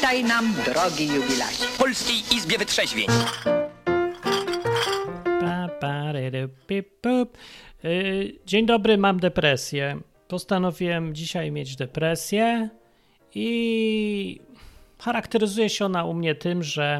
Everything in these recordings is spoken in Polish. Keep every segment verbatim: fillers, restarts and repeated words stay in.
Witaj nam, drogi jubilacie. W Polskiej Izbie Wytrzeźwień. Pa, pa, ryry, pip, pup. Yy, Dzień dobry, mam depresję. Postanowiłem dzisiaj mieć depresję i charakteryzuje się ona u mnie tym, że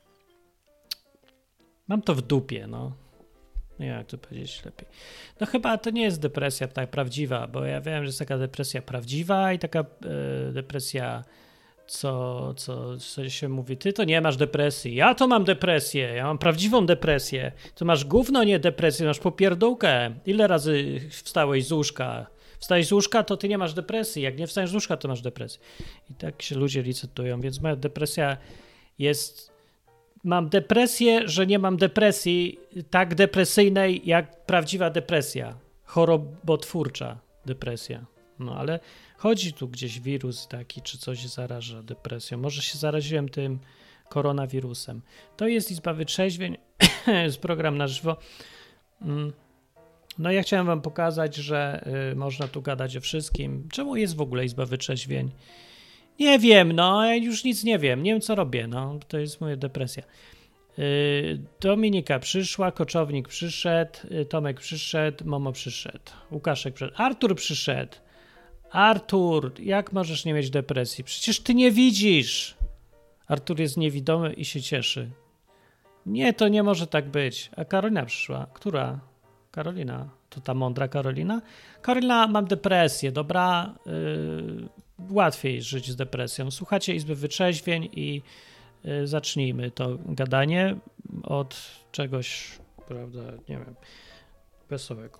mam to w dupie, no. Nie wiem, jak to powiedzieć lepiej. No chyba to nie jest depresja tak prawdziwa, bo ja wiem, że jest taka depresja prawdziwa i taka e, depresja, co, co, co się mówi, ty to nie masz depresji, ja to mam depresję, ja mam prawdziwą depresję, to masz gówno, nie depresję, masz popierdółkę. Ile razy wstałeś z łóżka? Wstałeś z łóżka, to ty nie masz depresji, jak nie wstajesz z łóżka, to masz depresję. I tak się ludzie licytują, więc moja depresja jest... Mam depresję, że nie mam depresji tak depresyjnej jak prawdziwa depresja, chorobotwórcza depresja. No ale chodzi tu gdzieś wirus taki, czy coś zaraża depresją. Może się zaraziłem tym koronawirusem. To jest Izba Wytrzeźwień, jest program na żywo. No ja chciałem wam pokazać, że y, można tu gadać o wszystkim. Czemu jest w ogóle Izba Wytrzeźwień? Nie wiem, no, ja już nic nie wiem, nie wiem co robię, no, to jest moja depresja. Yy, Dominika przyszła, Koczownik przyszedł, yy, Tomek przyszedł, Momo przyszedł, Łukaszek przyszedł, Artur przyszedł. Artur, jak możesz nie mieć depresji? Przecież ty nie widzisz. Artur jest niewidomy i się cieszy. Nie, to nie może tak być. A Karolina przyszła. Która? Karolina. To ta mądra Karolina? Karolina, mam depresję, dobra? Yy, łatwiej żyć z depresją. Słuchacie Izby Wytrzeźwień i y, zacznijmy to gadanie od czegoś, prawda, nie wiem, wesołego.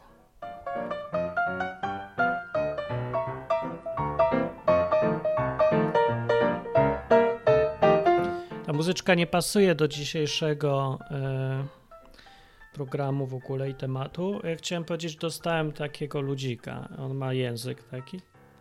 Ta muzyczka nie pasuje do dzisiejszego y, programu w ogóle i tematu. Ja chciałem powiedzieć, że dostałem takiego ludzika. On ma język taki.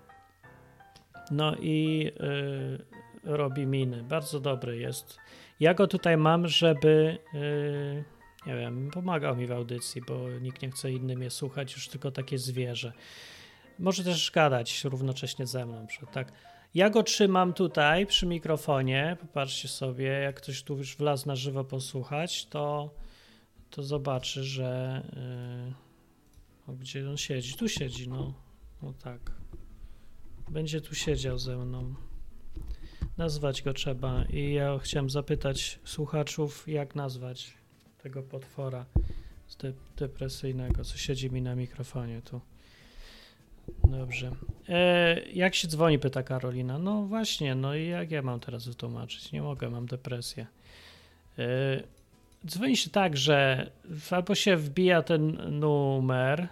No i y, robi miny. Bardzo dobry jest. Ja go tutaj mam, żeby y, nie wiem, pomagał mi w audycji, bo nikt nie chce innym je słuchać, już tylko takie zwierzę. Może też gadać równocześnie ze mną. Tak. Ja go trzymam tutaj przy mikrofonie. Popatrzcie sobie, jak ktoś tu już wlazł na żywo posłuchać, to, to zobaczy, że y, o, gdzie on siedzi. Tu siedzi, no. No tak. Będzie tu siedział ze mną. Nazwać go trzeba. I ja chciałem zapytać słuchaczów, jak nazwać tego potwora de- depresyjnego, co siedzi mi na mikrofonie tu. Dobrze. E, jak się dzwoni, pyta Karolina. No właśnie, no i jak ja mam teraz wytłumaczyć? Nie mogę, mam depresję. E, dzwoni się tak, że albo się wbija ten numer,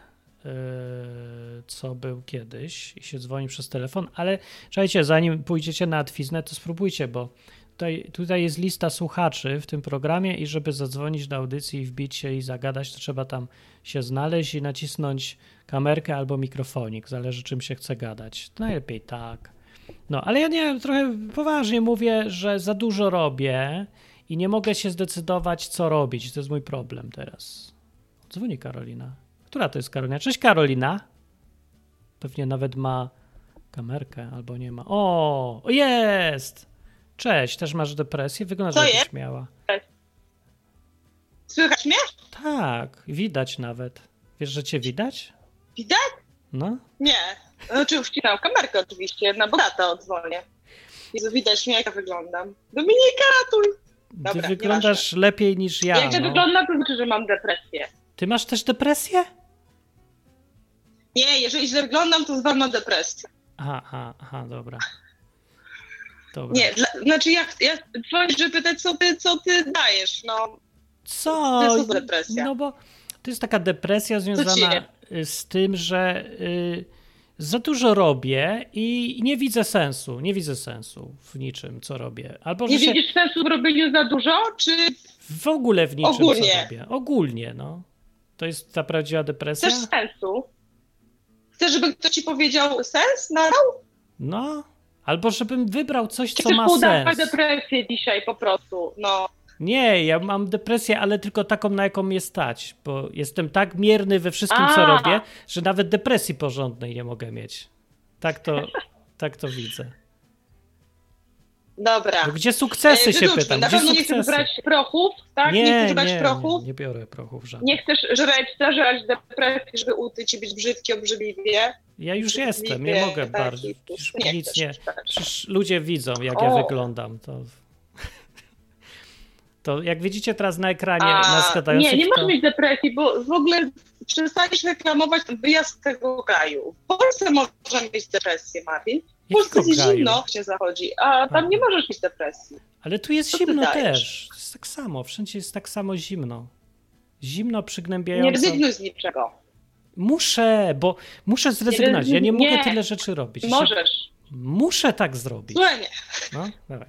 co był kiedyś i się dzwoni przez telefon, ale słuchajcie, zanim pójdziecie na Adwiznę, to spróbujcie, bo tutaj, tutaj jest lista słuchaczy w tym programie i żeby zadzwonić do audycji i wbić się i zagadać, to trzeba tam się znaleźć i nacisnąć kamerkę albo mikrofonik, zależy czym się chce gadać. Najlepiej tak. No, ale ja nie, trochę poważnie mówię, że za dużo robię i nie mogę się zdecydować, co robić. To jest mój problem teraz. Dzwoni Karolina. Która to jest Karolina? Cześć Karolina. Pewnie nawet ma kamerkę albo nie ma. O, jest! Cześć, też masz depresję? Wyglądasz jakbyś miała. Cześć. Słychać mnie? Tak, widać nawet. Wiesz, że cię widać? Widać? No. Nie. Znaczy wcinam kamerkę oczywiście, na bogata odzwonię. Jezu, widać mnie, jak ja wyglądam. Dominika, ratuj! Dobra, Ty wyglądasz lepiej niż ja. Jak ja no. wyglądam, to znaczy, że mam depresję. Ty masz też depresję? Nie, jeżeli źle wyglądam, to zwam na depresję. Aha, aha, aha, dobra. Dobra. Nie, dla, znaczy ja, ja dzwonię, żeby pytać, co ty, co ty dajesz, no. Co? To jest depresja. No bo to jest taka depresja związana z tym, że y, za dużo robię i nie widzę sensu. Nie widzę sensu w niczym, co robię. Albo, nie że się... widzisz sensu w robieniu za dużo, czy... W ogóle w niczym, Ogólnie. co robię. Ogólnie, no. To jest ta prawdziwa depresja? Chcesz sensu? Chcesz, żeby ktoś ci powiedział sens? Nadał? No. Albo żebym wybrał coś, co Chcesz ma sens. depresję dzisiaj po prostu, no. Nie, ja mam depresję, ale tylko taką, na jaką mnie stać, bo jestem tak mierny we wszystkim, A. co robię, że nawet depresji porządnej nie mogę mieć. Tak to, tak to widzę. Dobra. No gdzie sukcesy E, się wydłużmy. pytam? Na Gdzie pewno nie sukcesy? chcesz brać prochów, tak? Nie, Nie, chcesz brać nie, prochów? nie, nie biorę prochów żadnych. Nie chcesz żreć, zażerać depresji, żeby utyć i być brzydki, obrzydliwie? Ja już jestem, nie Obrzydliwie, mogę tak, bardziej. i Przecież nie nic chcesz, nie. tak. Przecież ludzie widzą, jak ja O. wyglądam. To... to jak widzicie teraz na ekranie A, nas gadających, nie, nie to... możesz mieć depresji, bo w ogóle przestaniesz reklamować ten wyjazd z tego kraju. W Polsce możesz mieć depresję, Martin. W Polsce Jakiego jest kraju? zimno, się zachodzi, a tam A. nie możesz mieć depresji. Ale tu jest Co ty zimno dajesz? też. To jest tak samo, wszędzie jest tak samo zimno. Zimno Nie przygnębiająco. rezygnuj z niczego. Muszę, bo muszę zrezygnować. Ja nie Nie. mogę tyle rzeczy robić. Możesz. Muszę tak zrobić. Słuchaj, nie. No, dawaj.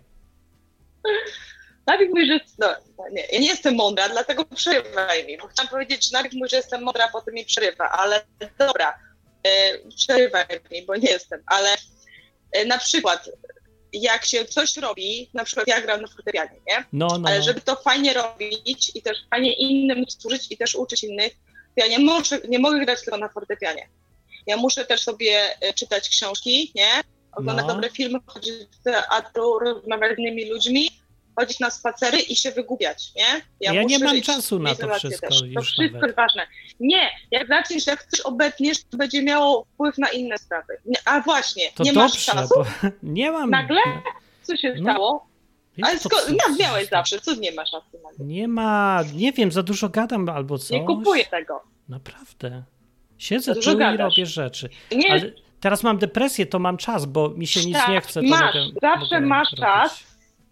Nawik mówi, że... No, nie, ja nie jestem mądra, dlatego przerywaj mi. Bo chciałam powiedzieć, że Nawik mówi, że jestem mądra, a potem mi przerywa, ale dobra, e, przerywaj mi, bo nie jestem. Ale e, na przykład, jak się coś robi, na przykład ja gram na fortepianie, nie? No, no, Ale no. żeby to fajnie robić i też fajnie innym służyć i też uczyć innych, to ja nie, może, nie mogę grać tylko na fortepianie. Ja muszę też sobie e, czytać książki, nie? Oglądać No. dobre filmy, chodzić do teatru, rozmawiać z innymi ludźmi, chodzić na spacery i się wygubiać, nie? Ja nie muszę mam żyć, czasu na mieć to relacje wszystko też. To już wszystko nawet. jest ważne. Nie, jak zaczniesz, jak chcesz obetniesz, to będzie miało wpływ na inne sprawy. Nie, a właśnie, To nie dobrze, masz czasu? bo nie mam... Nagle? Co się No, stało? jest Ale to sko- coś. no, miałeś zawsze, co nie masz czasu nagle? Nie ma, nie wiem, za dużo gadam albo coś. Nie kupuję tego. Naprawdę. Siedzę Dużo tu i gadasz. robię rzeczy. Nie, Ale teraz mam depresję, to mam czas, bo mi się nic Tak, nie chce. To masz, mogę, zawsze mogę masz robić. czas.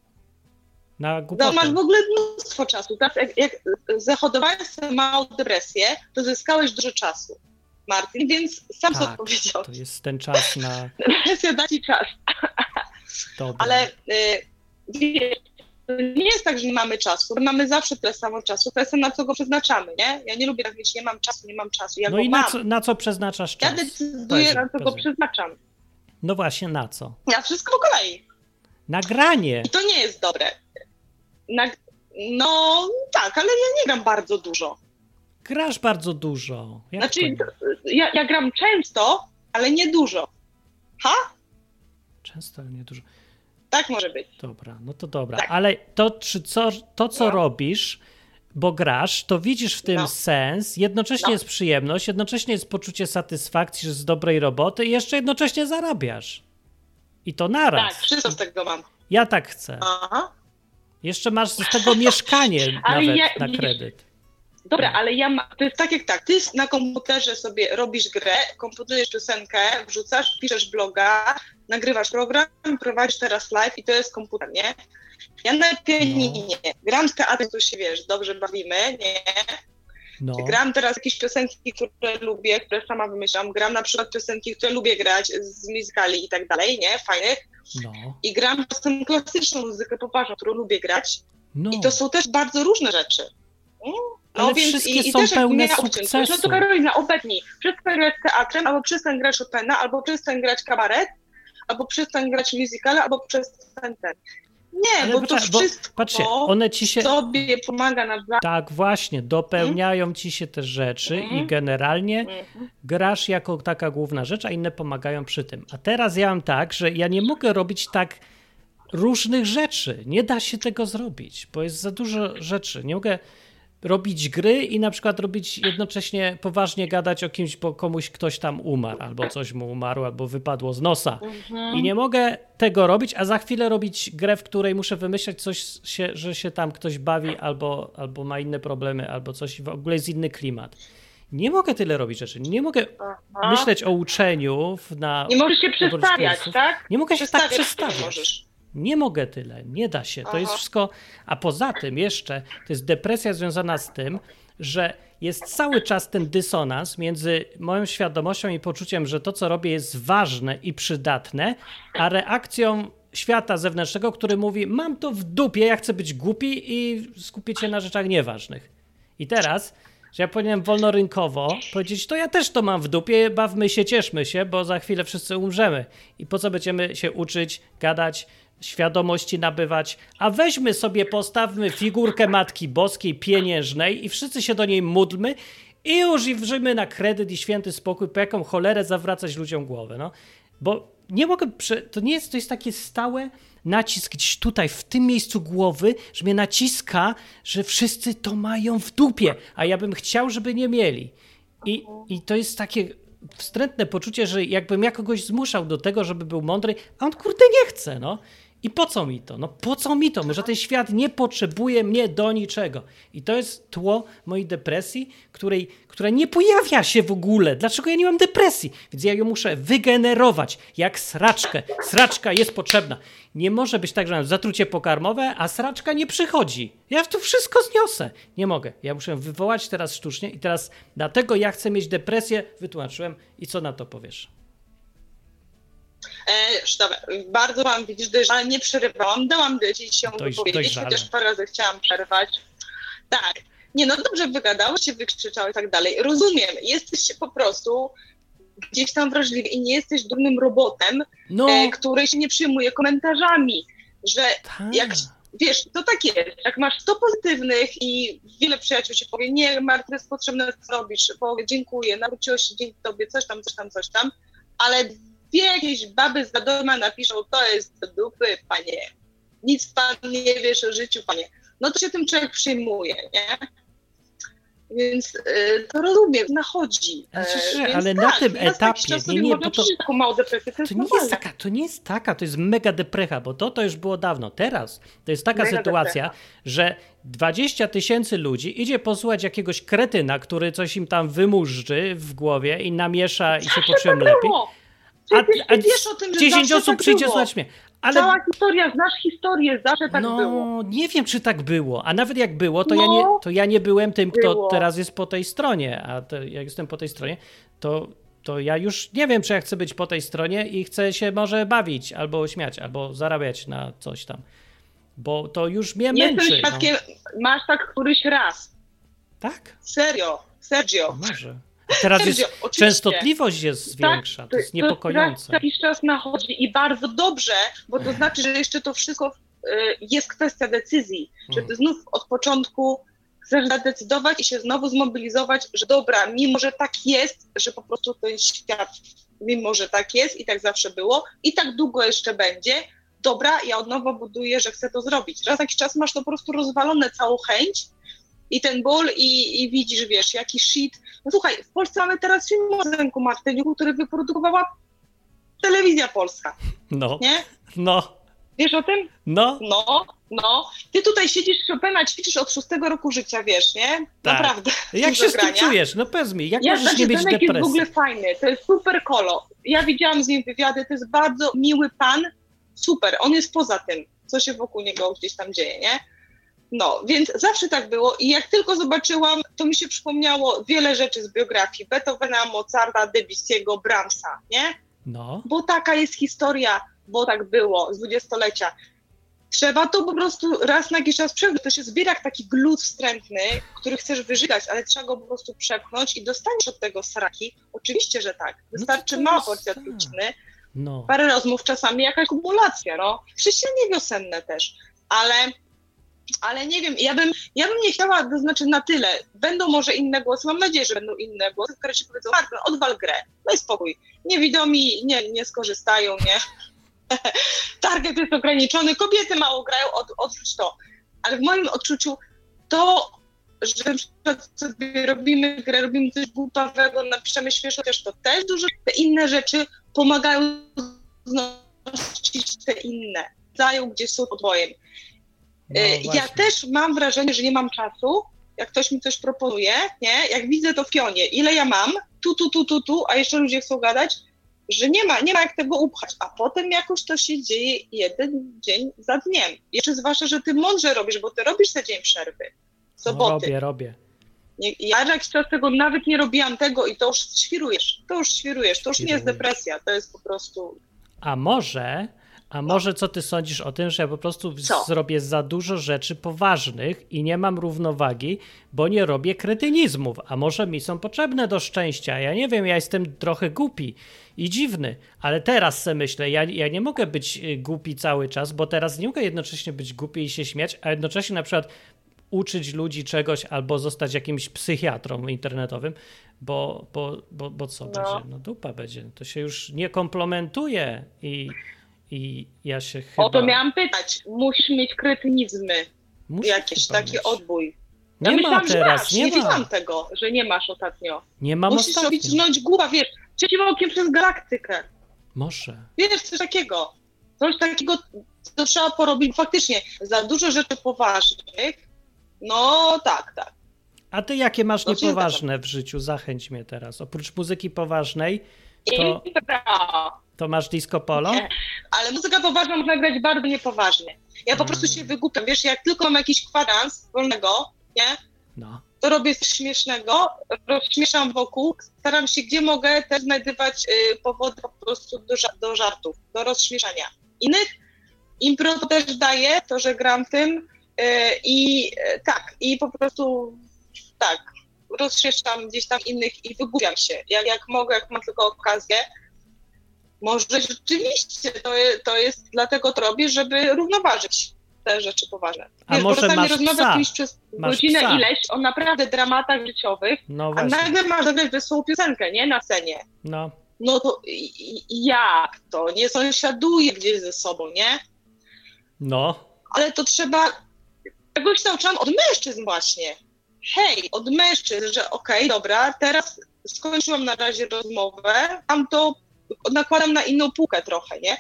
Na no, głupotę. masz w ogóle mnóstwo czasu. Tak? Jak, jak zahodowałeś sobie małą depresję, to zyskałeś dużo czasu, Martin, więc sam sobie Tak, odpowiedział. to jest ten czas na... Depresja da ci czas. Dobra. Ale y, wiesz, to nie jest tak, że nie mamy czasu. My mamy zawsze tyle samo czasu, kwestia na co go przeznaczamy, nie? Ja nie lubię tak mieć, nie mam czasu, nie mam czasu. Ja No go i na mam. co, na co przeznaczasz czas? Ja To decyduję, jest na co go rozumiem. przeznaczam. No właśnie, na co? Ja wszystko po kolei. Nagranie. I to nie jest dobre. Na, no tak, ale ja nie gram bardzo dużo. Grasz bardzo dużo. Jak Znaczy, to nie? ja, ja gram często, ale nie dużo. Ha? Często, ale nie dużo. Tak może być. Dobra, no to dobra. Tak. Ale to, czy co, to, co No. robisz, bo grasz, to widzisz w tym No. sens, jednocześnie No. jest przyjemność, jednocześnie jest poczucie satysfakcji, że z dobrej roboty i jeszcze jednocześnie zarabiasz. I to naraz. Tak, wszystko z tego mam. Ja tak chcę. Aha. Jeszcze masz z tego mieszkanie Ale nawet ja- na widzisz, kredyt. Dobra, ale ja ma, to jest tak jak tak, ty na komputerze sobie robisz grę, komponujesz piosenkę, wrzucasz, piszesz bloga, nagrywasz program, prowadzisz teraz live i to jest komputer, nie? Ja na pianinie gram z teatrem, to się wiesz, dobrze bawimy, nie? No, Gram teraz jakieś piosenki, które lubię, które sama wymyślam, gram na przykład piosenki, które lubię grać z musicali i tak dalej, nie? Fajnych. no, I gram czasem klasyczną muzykę poważną, którą lubię grać. no. I to są też bardzo różne rzeczy. Mm. No Ale więc wszystkie i, i są też jak pełne miała uciąć, sukcesu. No to Karolina, obecnij, przestań grać teatrem, albo przestań grać Chopina, albo przestań grać kabaret, albo przestań grać musicale, albo przestań ten. Nie, Ale bo to poczekaj, bo wszystko patrzcie, one ci się... sobie pomaga nawzajem. Tak, właśnie, dopełniają ci się te rzeczy i Mhm. generalnie Mhm. grasz jako taka główna rzecz, a inne pomagają przy tym. A teraz ja mam tak, że ja nie mogę robić tak różnych rzeczy. Nie da się tego zrobić, bo jest za dużo rzeczy. Nie mogę robić gry i na przykład robić jednocześnie poważnie gadać o kimś, bo komuś ktoś tam umarł, albo coś mu umarło, albo wypadło z nosa. Mhm. I nie mogę tego robić, a za chwilę robić grę, w której muszę wymyślać coś, się, że się tam ktoś bawi, albo, albo ma inne problemy, albo coś i w ogóle jest inny klimat. Nie mogę tyle robić rzeczy. Nie mogę Aha. myśleć o uczeniu w- na... Nie możesz się oprócz przestawiać, kursów. tak? Nie mogę się tak Przestawiać przestawiać. nie możesz. Nie mogę tyle, nie da się. To Aha. jest wszystko. A poza tym jeszcze to jest depresja związana z tym, że jest cały czas ten dysonans między moją świadomością i poczuciem, że to, co robię, jest ważne i przydatne, a reakcją świata zewnętrznego, który mówi: mam to w dupie, ja chcę być głupi i skupić się na rzeczach nieważnych. I teraz, że ja powinienem wolnorynkowo powiedzieć: to ja też to mam w dupie, bawmy się, cieszmy się, bo za chwilę wszyscy umrzemy. I po co będziemy się uczyć, gadać, świadomości nabywać, a weźmy sobie, postawmy figurkę Matki Boskiej pieniężnej i wszyscy się do niej módlmy i już i wrzymy na kredyt i święty spokój, po jaką cholerę zawracać ludziom głowę, no. Bo nie mogę, prze... to nie jest, to jest takie stałe nacisk gdzieś tutaj, w tym miejscu głowy, że mnie naciska, że wszyscy to mają w dupie, a ja bym chciał, żeby nie mieli. I, i to jest takie wstrętne poczucie, że jakbym ja kogoś zmuszał do tego, żeby był mądry, a on kurde nie chce, no. I po co mi to? No po co mi to? Może ten świat nie potrzebuje mnie do niczego. I to jest tło mojej depresji, której, która nie pojawia się w ogóle. Dlaczego ja nie mam depresji? Więc ja ją muszę wygenerować jak sraczkę. Sraczka jest potrzebna. Nie może być tak, że mam zatrucie pokarmowe, a sraczka nie przychodzi. Ja to wszystko zniosę. Nie mogę. Ja muszę wywołać teraz sztucznie i teraz dlatego ja chcę mieć depresję. Wytłumaczyłem. I co na to powiesz? E, dobra, bardzo wam widzisz, ale nie przerywałam, dałam ci się wypowiedzieć, chociaż parę razy chciałam przerwać. Tak, nie no dobrze wygadałeś się, wykrzyczał i tak dalej. Rozumiem, jesteś po prostu gdzieś tam wrażliwy i nie jesteś durnym robotem, no. e, który się nie przyjmuje komentarzami, że tak. jak, wiesz, to tak jest, jak masz sto pozytywnych i wiele przyjaciół ci powie, nie Marta, to jest potrzebne, co robisz, powie, dziękuję, nawróciło się dzięki tobie, coś tam, coś tam, coś tam, ale dwie jakieś baby z doma napiszą, to jest do dupy, panie. Nic pan nie wiesz o życiu, panie. No to się tym człowiek przyjmuje, nie? Więc y, to rozumiem, nachodzi. Znaczy, ale tak, na tym etapie, nie, nie, bo to, taką małą depresję, to, to, nie jest taka, to nie jest taka, to jest mega deprecha, bo to, to już było dawno. Teraz to jest taka mega sytuacja, deprecha. Że dwadzieścia tysięcy ludzi idzie posłuchać jakiegoś kretyna, który coś im tam wymużdży w głowie i namiesza i się poczują lepiej. A, a wiesz o tym, że dziesięć osób tak przyjdzie słuchać mnie. Ale... Cała historia, znasz historię, zawsze tak no, było. No, nie wiem, czy tak było. A nawet jak było, to, no, ja, nie, to ja nie byłem tym, kto było. Teraz jest po tej stronie. A te, jak jestem po tej stronie, to, to ja już nie wiem, czy ja chcę być po tej stronie i chcę się może bawić, albo śmiać, albo zarabiać na coś tam. Bo to już mnie Jestem męczy. świadkiem, no. Masz tak któryś raz. Tak? Serio, Sergio. Może. A teraz Sergio, jest, oczywiście. Częstotliwość jest tak, większa, to jest niepokojące. To jakiś czas nachodzi i bardzo dobrze, bo to znaczy, że jeszcze to wszystko y, jest kwestia decyzji, że ty znów od początku chcesz zadecydować i się znowu zmobilizować, że dobra, mimo że tak jest, że po prostu ten świat, mimo że tak jest i tak zawsze było i tak długo jeszcze będzie, dobra, ja od nowa buduję, że chcę to zrobić. Raz jakiś czas masz to po prostu rozwalone całą chęć, i ten ból i, i widzisz, wiesz, jaki shit. No słuchaj, w Polsce mamy teraz film o Zenku Martyniuku, który wyprodukowała telewizja polska. No, nie? no. Wiesz o tym? No. No, no. Ty tutaj siedzisz Chopina, ćwiczysz od szóstego roku życia, wiesz, nie? Tak. Naprawdę. Jak się z tym czujesz? No powiedz mi, jak ja, możesz znaczy, nie mieć depresji? Zenek jest w ogóle fajny, to jest super kolo. Ja widziałam z nim wywiady, to jest bardzo miły pan, super. On jest poza tym, co się wokół niego gdzieś tam dzieje, nie? No, więc zawsze tak było i jak tylko zobaczyłam, to mi się przypomniało wiele rzeczy z biografii Beethovena, Mozarta, Debussy'ego, Brahmsa, nie? No. Bo taka jest historia, bo tak było z dwudziestolecia. Trzeba to po prostu raz na jakiś czas przepchnąć. To się zbiera jak taki glut wstrętny, który chcesz wyżygać, ale trzeba go po prostu przepchnąć i dostaniesz od tego sraki. Oczywiście, że tak. Wystarczy no mała porcja trucizny, no. Parę rozmów, czasami jakaś kumulacja, no. Chrześcijanie wiosenne też, ale... Ale nie wiem, ja bym, ja bym nie chciała, to znaczy na tyle, będą może inne głosy, mam nadzieję, że będą inne głosy, które ci powiedzą, Marta, odwal grę, no i spokój, niewidomi nie, nie skorzystają, nie, target jest ograniczony, kobiety mało grają, od, odrzuć to, ale w moim odczuciu to, że na przykład sobie robimy grę, robimy coś głupawego, napiszemy śmieszne, też to też dużo, te inne rzeczy pomagają znosić te inne, dają gdzieś są podwojem. No, ja też mam wrażenie, że nie mam czasu, jak ktoś mi coś proponuje, nie? Jak widzę to w pionie, ile ja mam, tu, tu, tu, tu, tu, a jeszcze ludzie chcą gadać, że nie ma, nie ma jak tego upchać, a potem jakoś to się dzieje jeden dzień za dniem. Jeszcze zwłaszcza, że ty mądrze robisz, bo ty robisz ten dzień przerwy, soboty. No, robię, robię. Nie, ja jakiś czas tego nawet nie robiłam tego i to już świrujesz, to już świrujesz, to już nie jest depresja, to jest po prostu... A może... A może co ty sądzisz o tym, że ja po prostu co? zrobię za dużo rzeczy poważnych i nie mam równowagi, bo nie robię kretynizmów, a może mi są potrzebne do szczęścia. Ja nie wiem, ja jestem trochę głupi i dziwny, ale teraz sobie myślę, ja, ja nie mogę być głupi cały czas, bo teraz nie mogę jednocześnie być głupi i się śmiać, a jednocześnie na przykład uczyć ludzi czegoś albo zostać jakimś psychiatrą internetowym, bo, bo, bo, bo co No. będzie? No dupa będzie. To się już nie komplementuje i, i ja się chyba... O to miałam pytać. Musisz mieć kretynizmy. Muszę Jakieś, chyba taki mieć. odbój. Ja Nie myślałam, ma że teraz, masz. nie, Nie ma. widziałam tego, że nie masz ostatnio. Nie mam Musisz ostatnio. robić znać głowa, wiesz, trzecim okiem przez galaktykę. Może. Wiesz, coś takiego. Coś takiego, co trzeba porobić. Faktycznie, za dużo rzeczy poważnych, no tak, tak. A ty jakie masz No się niepoważne w życiu? Zachęć mnie teraz. Oprócz muzyki poważnej, to, Impra. to masz disco polo? Nie. Ale muzyka poważna można grać bardzo niepoważnie. Ja po Mm. prostu się wygłupiam. Wiesz, jak tylko mam jakiś kwadrans wolnego, nie? No. To robię coś śmiesznego, rozśmieszam wokół, staram się gdzie mogę też znajdywać y, powody po prostu do, ża- do żartów, do rozśmieszania innych. Impro to też daje, to, że gram w tym y, i y, tak, i po prostu tak, rozśmieszam gdzieś tam innych i wygłupiam się, jak, jak mogę, jak mam tylko okazję. Może rzeczywiście to, je, to jest, dlatego to robię, żeby równoważyć te rzeczy poważne. A Wiesz, może bo czasami masz rozmawiam psa? z kimś przez Masz godzinę psa. ileś o naprawdę dramatach życiowych, No a właśnie. nagle masz zagrać wesołą piosenkę, nie? Na scenie. No. No to i- i- jak to? Nie sąsiaduję gdzieś ze sobą, nie? No. Ale to trzeba... Tego się nauczyłam od mężczyzn właśnie. Hej, od mężczyzn, że okej, dobra, teraz skończyłam na razie rozmowę, tam to nakładam na inną półkę trochę, nie?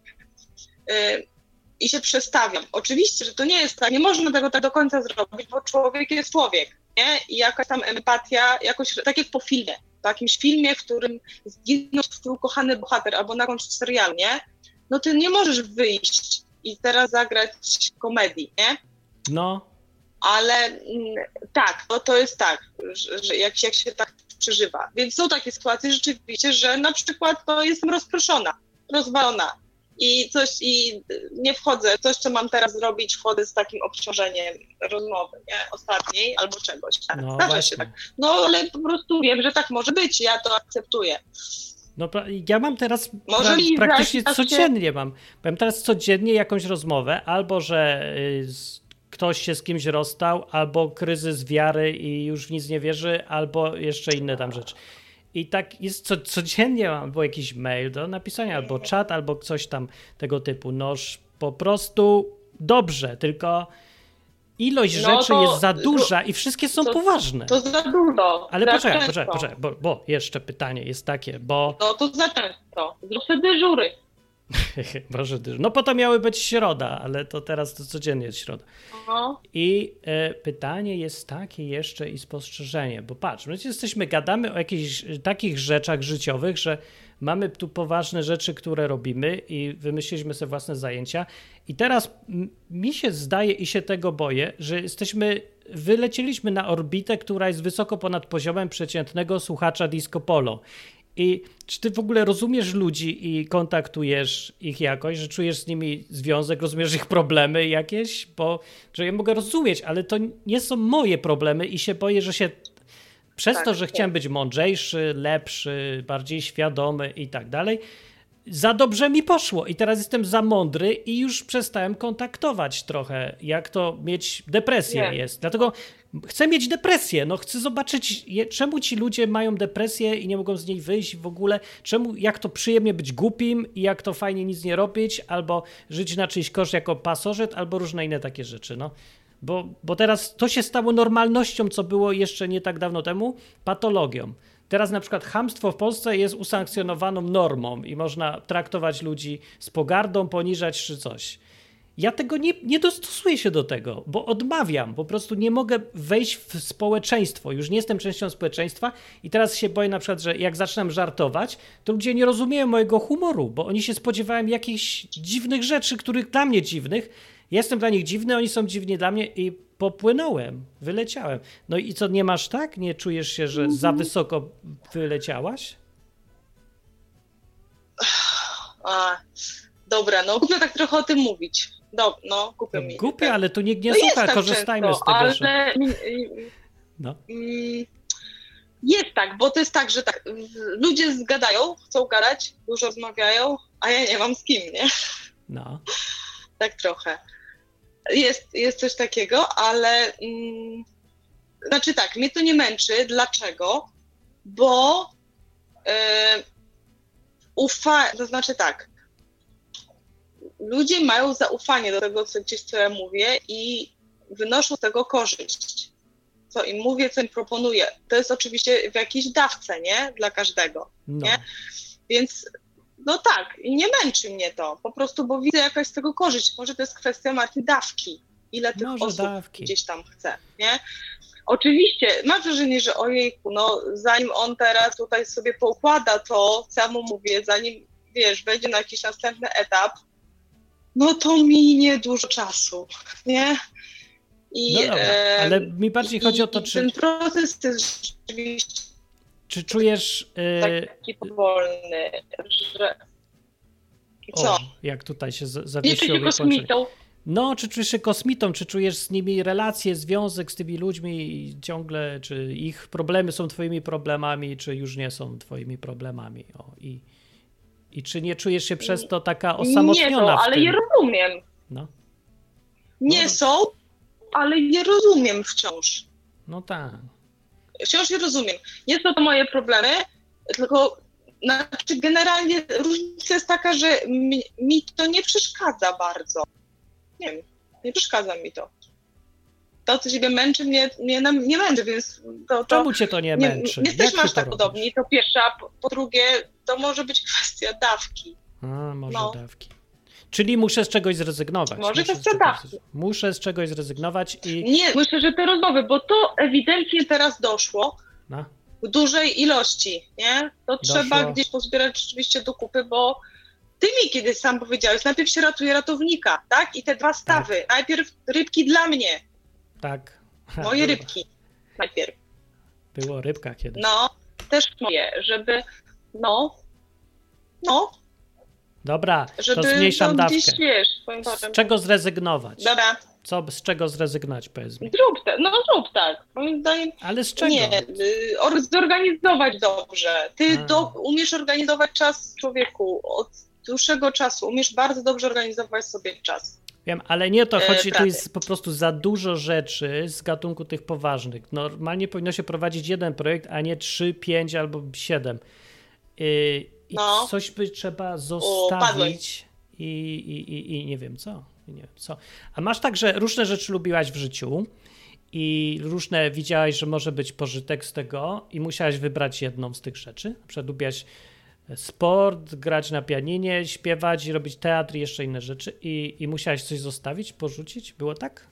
Yy, I się przestawiam. Oczywiście, że to nie jest tak, nie można tego tak do końca zrobić, bo człowiek jest człowiek, nie? I jakaś tam empatia, jakoś, tak jak po filmie, po jakimś filmie, w którym zginął twój ukochany bohater, albo na końcu serialu, nie? No ty nie możesz wyjść i teraz zagrać komedii, nie? No. Ale mm, tak, no to jest tak, że, że jak, jak się tak przeżywa. Więc są takie sytuacje rzeczywiście, że na przykład to jestem rozproszona, rozwalona i coś, i nie wchodzę, coś co mam teraz zrobić, wchodzę z takim obciążeniem rozmowy, nie? Ostatniej albo czegoś. Tak. No Zdarza właśnie. się tak. No ale po prostu wiem, że tak może być, ja to akceptuję. No pra- ja mam teraz Może pra- mi praktycznie zaś- codziennie mam. Mam teraz codziennie jakąś rozmowę, albo że y, z, ktoś się z kimś rozstał, albo kryzys wiary i już w nic nie wierzy, albo jeszcze inne tam rzeczy. I tak jest co, codziennie mam albo jakiś mail do napisania, albo czat, albo coś tam tego typu. Noż po prostu dobrze, tylko ilość No rzeczy to- jest za duża i wszystkie są to- poważne. To za dużo. Ale za poczekaj, często. poczekaj, poczekaj, bo, bo jeszcze pytanie jest takie, bo No to za często. Zrób sobie dyżury. Boże, dyż- no po to miały być środa, ale to teraz to codziennie jest środa. No. I e, pytanie jest takie jeszcze i spostrzeżenie, bo patrz, my jesteśmy, gadamy o jakichś e, takich rzeczach życiowych, że mamy tu poważne rzeczy, które robimy i wymyśliliśmy sobie własne zajęcia i teraz m, mi się zdaje i się tego boję, że jesteśmy, wylecieliśmy na orbitę, która jest wysoko ponad poziomem przeciętnego słuchacza disco polo. I czy ty w ogóle rozumiesz ludzi i kontaktujesz ich jakoś, że czujesz z nimi związek, rozumiesz ich problemy jakieś? Bo że ja mogę rozumieć, ale to nie są moje problemy i się boję, że się przez Tak, to, że tak. chciałem być mądrzejszy, lepszy, bardziej świadomy i tak dalej, za dobrze mi poszło i teraz jestem za mądry i już przestałem kontaktować trochę, jak to mieć depresję Nie. jest. Dlatego chcę mieć depresję, no chcę zobaczyć, je- czemu ci ludzie mają depresję i nie mogą z niej wyjść w ogóle, czemu, jak to przyjemnie być głupim i jak to fajnie nic nie robić, albo żyć na czyjś koszt jako pasożyt, albo różne inne takie rzeczy, no. Bo, bo teraz to się stało normalnością, co było jeszcze nie tak dawno temu, patologią. Teraz na przykład chamstwo w Polsce jest usankcjonowaną normą i można traktować ludzi z pogardą, poniżać czy coś. Ja tego nie, nie dostosuję się do tego, bo odmawiam. Po prostu nie mogę wejść w społeczeństwo. Już nie jestem częścią społeczeństwa i teraz się boję na przykład, że jak zaczynam żartować, to ludzie nie rozumieją mojego humoru, bo oni się spodziewają jakichś dziwnych rzeczy, których dla mnie dziwnych. Ja jestem dla nich dziwny, oni są dziwni dla mnie i popłynąłem, wyleciałem. No i co, nie masz tak? Nie czujesz się, że za wysoko wyleciałaś? A, dobra, no głupio tak trochę o tym mówić. Dob, no, głupio mi. Głupie, ale tu nikt nie No jest słucha, tak korzystajmy często, z tego. ale Że... mm, No. mm, jest tak, bo to jest tak, że tak, w- ludzie zgadają, chcą gadać, dużo rozmawiają, a ja nie mam z kim, nie? No. Tak trochę. Jest, jest coś takiego, ale mm, znaczy tak, mnie to nie męczy. Dlaczego? Bo yy, ufa, to znaczy tak, ludzie mają zaufanie do tego, co gdzieś co ja mówię i wynoszą z tego korzyść. Co im mówię, co im proponuję. To jest oczywiście w jakiejś dawce, nie? Dla każdego, No. nie? Więc no tak, i nie męczy mnie to, po prostu, bo widzę jakaś z tego korzyść. Może to jest kwestia Marty dawki, ile tych Może osób dawki. gdzieś tam chce, nie? Oczywiście, mam wrażenie, że ojejku, no zanim on teraz tutaj sobie poukłada to, co ja mu mówię, zanim, wiesz, wejdzie na jakiś następny etap, no to minie dużo czasu, nie? I, No dobra, e, ale mi bardziej i, chodzi o to, i czy, ten proces jest rzeczywiście czy czujesz... Yy... taki powolny, że... Co? O, jak tutaj się z- Nie zawiesiło. czuję się mi połączenie. kosmitą. No, czy czujesz się kosmitą, czy czujesz z nimi relacje, związek z tymi ludźmi ciągle, czy ich problemy są twoimi problemami, czy już nie są twoimi problemami. O, i, i czy nie czujesz się przez to taka osamotniona Nie są, w ale tym? je rozumiem. No, Nie No. są, ale je rozumiem wciąż. no tak. Wciąż je rozumiem. Nie są to moje problemy, tylko znaczy generalnie różnica jest taka, że mi, mi to nie przeszkadza bardzo. Nie wiem, nie przeszkadza mi to. To, co ciebie męczy, mnie, mnie nie męczy, więc to... to Czemu cię to nie nie, męczy? nie Jak jesteśmy ty aż to tak robisz? podobni, to pierwsze, a po, po drugie, to może być kwestia dawki. A, może No. dawki. Czyli muszę z czegoś zrezygnować. Może muszę z kwestia czegoś, dawki. muszę z czegoś zrezygnować i... Nie, myślę, że te rozmowy, bo to ewidentnie teraz doszło No, w dużej ilości, nie? To Doszło. trzeba gdzieś pozbierać rzeczywiście do kupy, bo ty mi kiedyś sam powiedziałeś, najpierw się ratuje ratownika, tak? I te dwa stawy. Najpierw rybki dla mnie, tak. moje było, rybki. Najpierw. Było rybka kiedyś. No, też moje, żeby, no, no, Dobra, żeby to zmniejszam to gdzieś, dawkę. wiesz, swoim Z potem. czego zrezygnować? Dobra, Co, z czego zrezygnować, powiedz mi? zrób tak, no zrób tak. Moim zdaniem Ale z czego? nie, y, or- zorganizować dobrze. Ty A. do, umiesz organizować czas człowieku od dłuższego czasu, umiesz bardzo dobrze organizować sobie czas. Wiem, ale nie o to E, chodzi, tu pracy. jest po prostu za dużo rzeczy z gatunku tych poważnych. Normalnie powinno się prowadzić jeden projekt, a nie trzy, pięć albo siedem. Yy, I No. coś by trzeba padłeś. zostawić i, i, i, i nie wiem co. I nie wiem co. A masz tak, że różne rzeczy lubiłaś w życiu i różne widziałaś, że może być pożytek z tego i musiałaś wybrać jedną z tych rzeczy. Na przykład lubiłaś sport, grać na pianinie, śpiewać, robić teatr i jeszcze inne rzeczy i, i musiałeś coś zostawić, porzucić? Było tak?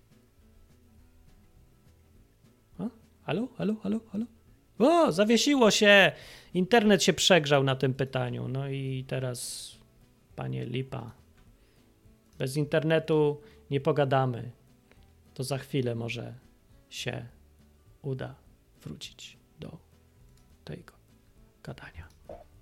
O? Halo, halo, halo, halo? O, zawiesiło się! Internet się przegrzał na tym pytaniu. No i teraz, panie lipa, bez internetu nie pogadamy. To za chwilę może się uda wrócić do tego gadania.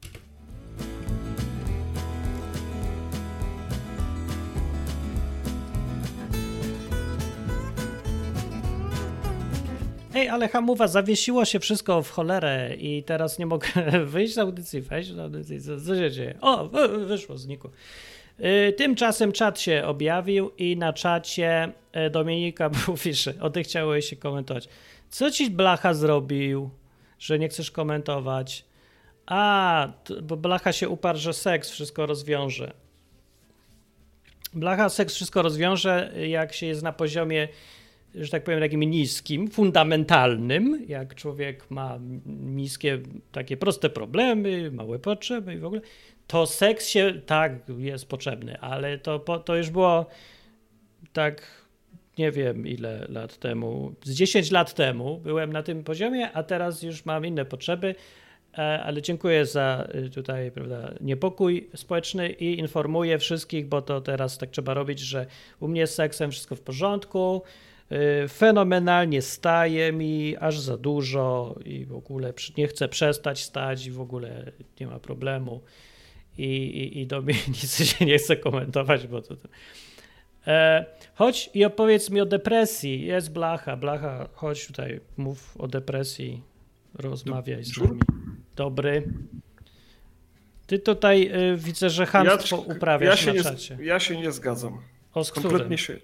Ej, ale hamuwa, zawiesiło się wszystko w cholerę i teraz nie mogę wyjść z audycji, wejść z audycji, co, co się dzieje? O, wyszło, znikło. Yy, tymczasem czat się objawił i na czacie yy, Dominika pisze, o ty chciałeś się komentować. Co ci Blacha zrobił, że nie chcesz komentować? A, t- bo Blacha się uparł, że seks wszystko rozwiąże. Blacha seks wszystko rozwiąże, jak się jest na poziomie, że tak powiem, takim niskim, fundamentalnym, jak człowiek ma niskie, takie proste problemy, małe potrzeby i w ogóle, to seks się, tak, jest potrzebny, ale to, to już było tak, nie wiem ile lat temu, z dziesięć lat temu byłem na tym poziomie, a teraz już mam inne potrzeby, ale dziękuję za tutaj, prawda, niepokój społeczny i informuję wszystkich, bo to teraz tak trzeba robić, że u mnie z seksem wszystko w porządku, fenomenalnie staje mi, aż za dużo i w ogóle nie chcę przestać stać i w ogóle nie ma problemu i, i, i do mnie nic się nie chce komentować, bo to... to. E, chodź i opowiedz mi o depresji. Jest Blacha, Blacha, chodź tutaj, mów o depresji, rozmawiaj z nami. Dobry. Ty tutaj y, widzę, że chamstwo ja, uprawiasz ja na nie, czacie. Ja się nie zgadzam. O, z którym? Kompletnie się,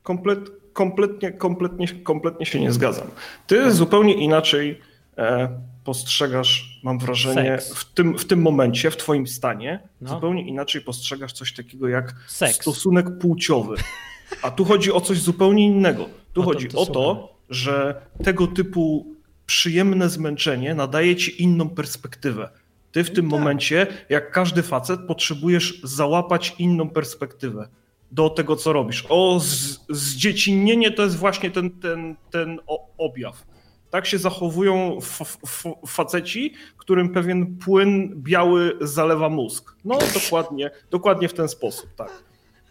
komplet, kompletnie, kompletnie, kompletnie się nie zgadzam. Ty zupełnie inaczej e, postrzegasz, mam wrażenie, w tym, w tym momencie, w twoim stanie, no. zupełnie inaczej postrzegasz coś takiego jak Seks. stosunek płciowy. A tu chodzi o coś zupełnie innego. Tu o chodzi to, to o to, że tego typu przyjemne zmęczenie nadaje ci inną perspektywę. Ty w tym tak. momencie, jak każdy facet, potrzebujesz załapać inną perspektywę do tego, co robisz. O, z, zdziecinnienie to jest właśnie ten, ten, ten objaw. Tak się zachowują f, f, faceci, którym pewien płyn biały zalewa mózg. No dokładnie, dokładnie w ten sposób, tak.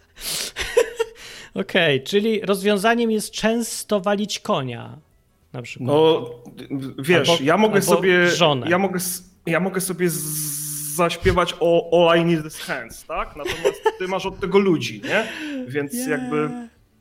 Okej, okay, czyli rozwiązaniem jest często walić konia na przykład. No wiesz, albo, ja mogę sobie żonę. Ja mogę, ja mogę sobie zaśpiewać o All I Need Is Hands, tak? Natomiast ty masz od tego ludzi, nie? Więc yeah. jakby...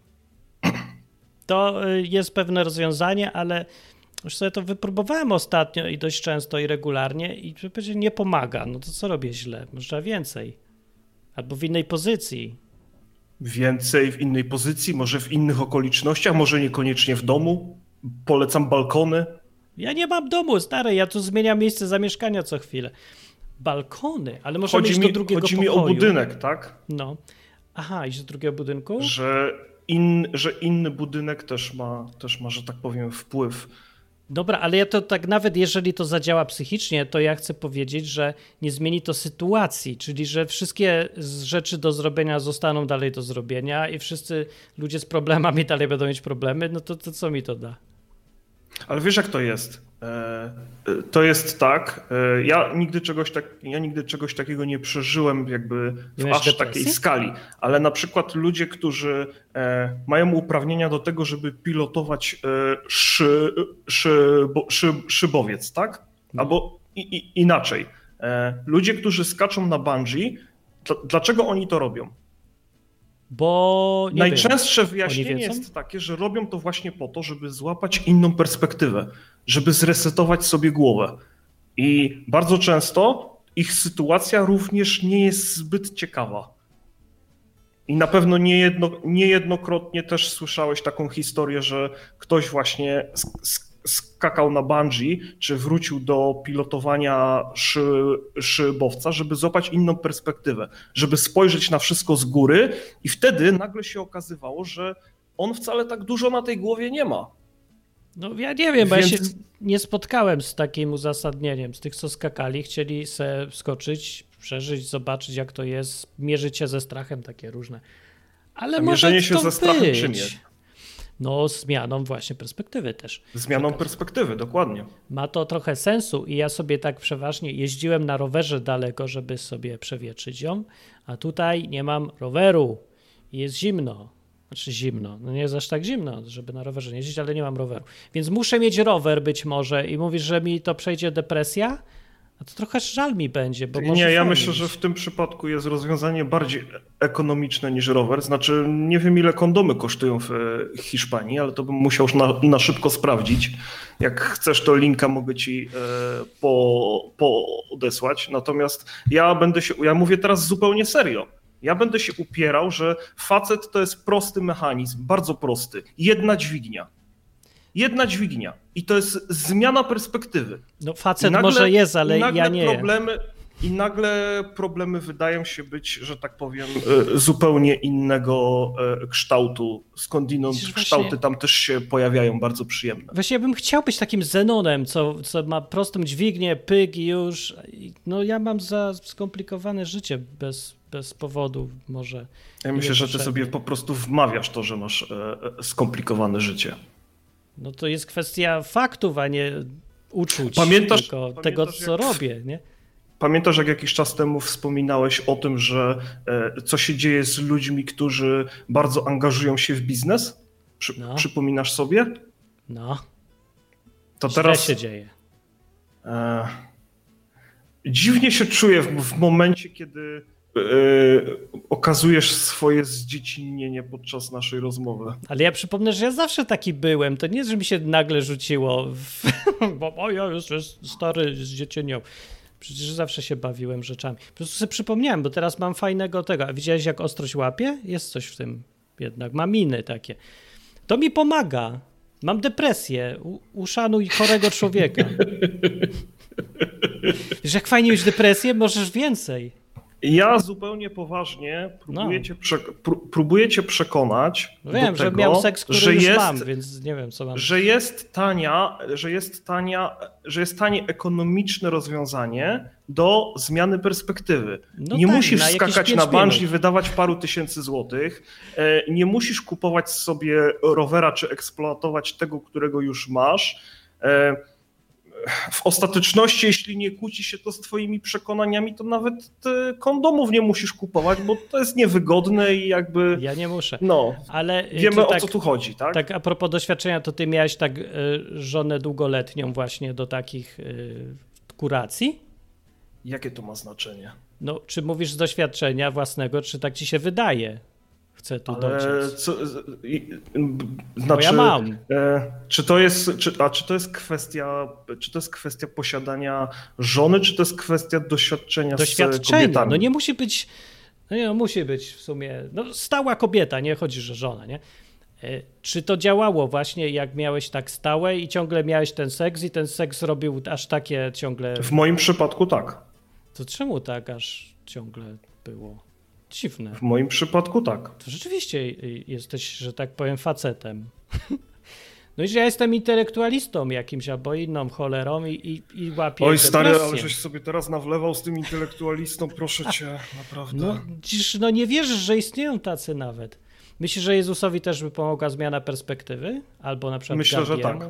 To jest pewne rozwiązanie, ale już sobie to wypróbowałem ostatnio i dość często i regularnie i nie pomaga. No to co robię źle? Może więcej. Albo w innej pozycji. Więcej w innej pozycji, może w innych okolicznościach, może niekoniecznie w domu. Polecam balkony. Ja nie mam domu, stary, ja tu zmieniam miejsce zamieszkania co chwilę. Balkony, ale może chodzi iść mi, do drugiego chodzi pokoju. mi o budynek, tak? No. Aha, iść do drugiego budynku? Że, in, że inny budynek też ma, też ma, że tak powiem, wpływ. Dobra, ale ja to tak nawet jeżeli to zadziała psychicznie, to ja chcę powiedzieć, że nie zmieni to sytuacji, czyli że wszystkie rzeczy do zrobienia zostaną dalej do zrobienia i wszyscy ludzie z problemami dalej będą mieć problemy, no to, to co mi to da? Ale wiesz jak to jest? To jest tak, ja nigdy czegoś, tak, ja nigdy czegoś takiego nie przeżyłem jakby w aż depresji? takiej skali, ale na przykład ludzie, którzy mają uprawnienia do tego, żeby pilotować szy, szy, szy, szybowiec, tak? Albo i, i, inaczej. Ludzie, którzy skaczą na bungee, dlaczego oni to robią? Bo nie Najczęstsze wiem. wyjaśnienie jest takie, że robią to właśnie po to, żeby złapać inną perspektywę, żeby zresetować sobie głowę. I bardzo często ich sytuacja również nie jest zbyt ciekawa. I na pewno niejedno, niejednokrotnie też słyszałeś taką historię, że ktoś właśnie skakał na bungee, czy wrócił do pilotowania szy, szybowca, żeby złapać inną perspektywę, żeby spojrzeć na wszystko z góry i wtedy nagle się okazywało, że on wcale tak dużo na tej głowie nie ma. No ja nie wiem, bo Więc... ja się nie spotkałem z takim uzasadnieniem. Z tych, co skakali, chcieli se wskoczyć, przeżyć, zobaczyć jak to jest, mierzyć się ze strachem, takie różne. Ale A może mierzenie się to ze strachem być. czym jest? No zmianą właśnie perspektywy też. Zmianą perspektywy, dokładnie. Ma to trochę sensu i ja sobie tak przeważnie jeździłem na rowerze daleko, żeby sobie przewietrzyć ją, a tutaj nie mam roweru i jest zimno. Znaczy zimno, no nie jest aż tak zimno, żeby na rowerze nie jeździć, ale nie mam roweru. Więc muszę mieć rower być może i mówisz, że mi to przejdzie depresja? A to trochę żal mi będzie, bo może Nie, ja fajnie. myślę, że w tym przypadku jest rozwiązanie bardziej ekonomiczne niż rower. Znaczy, nie wiem ile kondomy kosztują w Hiszpanii, ale to bym musiał na, na szybko sprawdzić. Jak chcesz, to linka mogę ci po, po odesłać. Natomiast ja będę się, ja mówię teraz zupełnie serio. Ja będę się upierał, że facet to jest prosty mechanizm, bardzo prosty. Jedna dźwignia. Jedna dźwignia. I to jest zmiana perspektywy. No facet nagle, może jest, ale ja nie problemy, I nagle problemy wydają się być, że tak powiem, zupełnie innego kształtu. Skądinąd Przecież kształty właśnie, tam też się pojawiają bardzo przyjemne. Właśnie ja bym chciał być takim Zenonem, co, co ma prostą dźwignię, pyk i już. No ja mam za skomplikowane życie bez, bez powodu może. Ja myślę, że ty sobie po prostu wmawiasz to, że masz skomplikowane życie. No to jest kwestia faktów, a nie uczuć, pamiętasz, tylko pamiętasz tego, co jak, robię, nie? Pamiętasz, jak jakiś czas temu wspominałeś o tym, że e, co się dzieje z ludźmi, którzy bardzo angażują się w biznes? Przy, no. Przypominasz sobie? No. To teraz się dzieje. E, dziwnie się czuję w, w momencie, kiedy Yy, okazujesz swoje zdziecinnienie podczas naszej rozmowy. Ale ja przypomnę, że ja zawsze taki byłem. To nie jest, że mi się nagle rzuciło, w... bo o, ja już stary zdziecieniał. Przecież zawsze się bawiłem rzeczami. Po prostu sobie przypomniałem, bo teraz mam fajnego tego. A widziałeś, jak ostrość łapie? Jest coś w tym. jednak ma miny takie. To mi pomaga. Mam depresję. U, uszanuj chorego człowieka. Wiesz, jak fajnie mieć depresję, możesz więcej. Ja zupełnie poważnie próbuję, no. cię, prze, pró, próbuję cię przekonać no wiem, do że tego, miał seks, który że już jest, mam, więc nie wiem, co mam. Że jest tania, że jest tania, że jest tanie ekonomiczne rozwiązanie do zmiany perspektywy. No nie tak, musisz na skakać na bungee i wydawać paru tysięcy złotych. Nie musisz kupować sobie rowera czy eksploatować tego, którego już masz. W ostateczności, jeśli nie kłóci się to z twoimi przekonaniami, to nawet kondomów nie musisz kupować, bo to jest niewygodne i jakby... Ja nie muszę. No, ale wiemy o tak, co tu chodzi, tak? Tak a propos doświadczenia, to ty miałeś tak y, żonę długoletnią właśnie do takich y, kuracji? Jakie to ma znaczenie? No, czy mówisz z doświadczenia własnego, czy tak ci się wydaje? Chcę tu dociec. Co, znaczy, ja mam. E, czy to jest, czy, a czy to jest kwestia, czy to jest kwestia posiadania żony, czy to jest kwestia doświadczenia, doświadczenia. z kobietami? No nie musi być, no nie, no musi być w sumie, no stała kobieta, nie chodzi, że żona, nie? E, czy to działało właśnie, jak miałeś tak stałe i ciągle miałeś ten seks i ten seks robił aż takie ciągle... W moim przypadku tak. To czemu tak aż ciągle było? Dziwne. W moim przypadku tak. To rzeczywiście jesteś, że tak powiem, facetem. No i że ja jestem intelektualistą jakimś albo inną cholerą i, i, i łapię Oj stary, depresję. ale żeś sobie teraz nawlewał z tym intelektualistą, proszę cię, naprawdę. No, dziś, no nie wierzysz, że istnieją tacy nawet. Myślisz, że Jezusowi też by pomogła zmiana perspektywy? Albo na przykład Myślę, Gabriemu? że tak.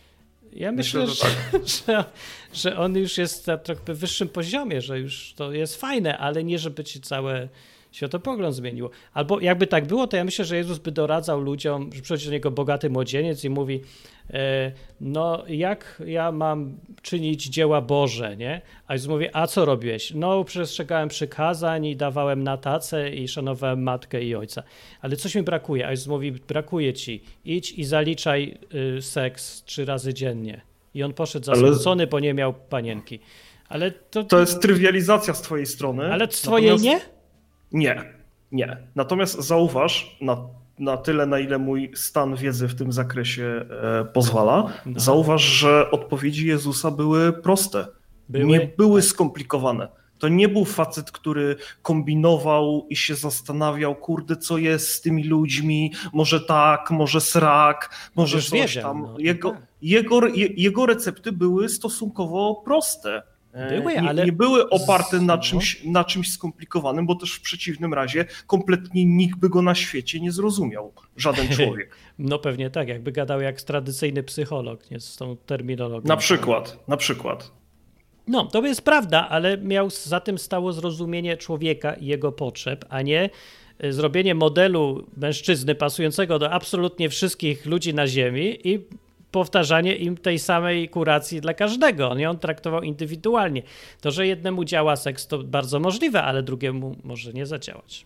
Ja myślę, myślę że, że, tak. że, że on już jest na trochę wyższym poziomie, że już to jest fajne, ale nie żeby ci całe światopogląd zmieniło. Albo jakby tak było, to ja myślę, że Jezus by doradzał ludziom, że przychodzi do niego bogaty młodzieniec i mówi, e, no jak ja mam czynić dzieła Boże, nie? A Jezus mówi, a co robiłeś? No przestrzegałem przykazań i dawałem na tacę i szanowałem matkę i ojca. Ale coś mi brakuje. A Jezus mówi, brakuje ci. Idź i zaliczaj y, seks trzy razy dziennie. I on poszedł zasmucony, ale... bo nie miał panienki. Ale to... to jest trywializacja z twojej strony. Ale z twojej Natomiast... nie? Nie, nie. Natomiast zauważ, na, na tyle, na ile mój stan wiedzy w tym zakresie e, pozwala, no. zauważ, że odpowiedzi Jezusa były proste. Były? Nie były skomplikowane. To nie był facet, który kombinował i się zastanawiał, kurde, co jest z tymi ludźmi, może tak, może srak, może coś wiedział, tam. No, jego, tak. jego, je, jego recepty były stosunkowo proste. Były, nie, ale... nie były oparte na czymś, na czymś skomplikowanym, bo też w przeciwnym razie kompletnie nikt by go na świecie nie zrozumiał. Żaden człowiek. No pewnie tak, jakby gadał jak tradycyjny psycholog, nie, z tą terminologią. Na przykład, na przykład. No, to jest prawda, ale miał za tym stało zrozumienie człowieka i jego potrzeb, a nie zrobienie modelu mężczyzny pasującego do absolutnie wszystkich ludzi na ziemi i powtarzanie im tej samej kuracji dla każdego. On ją traktował indywidualnie. To, że jednemu działa seks, to bardzo możliwe, ale drugiemu może nie zadziałać.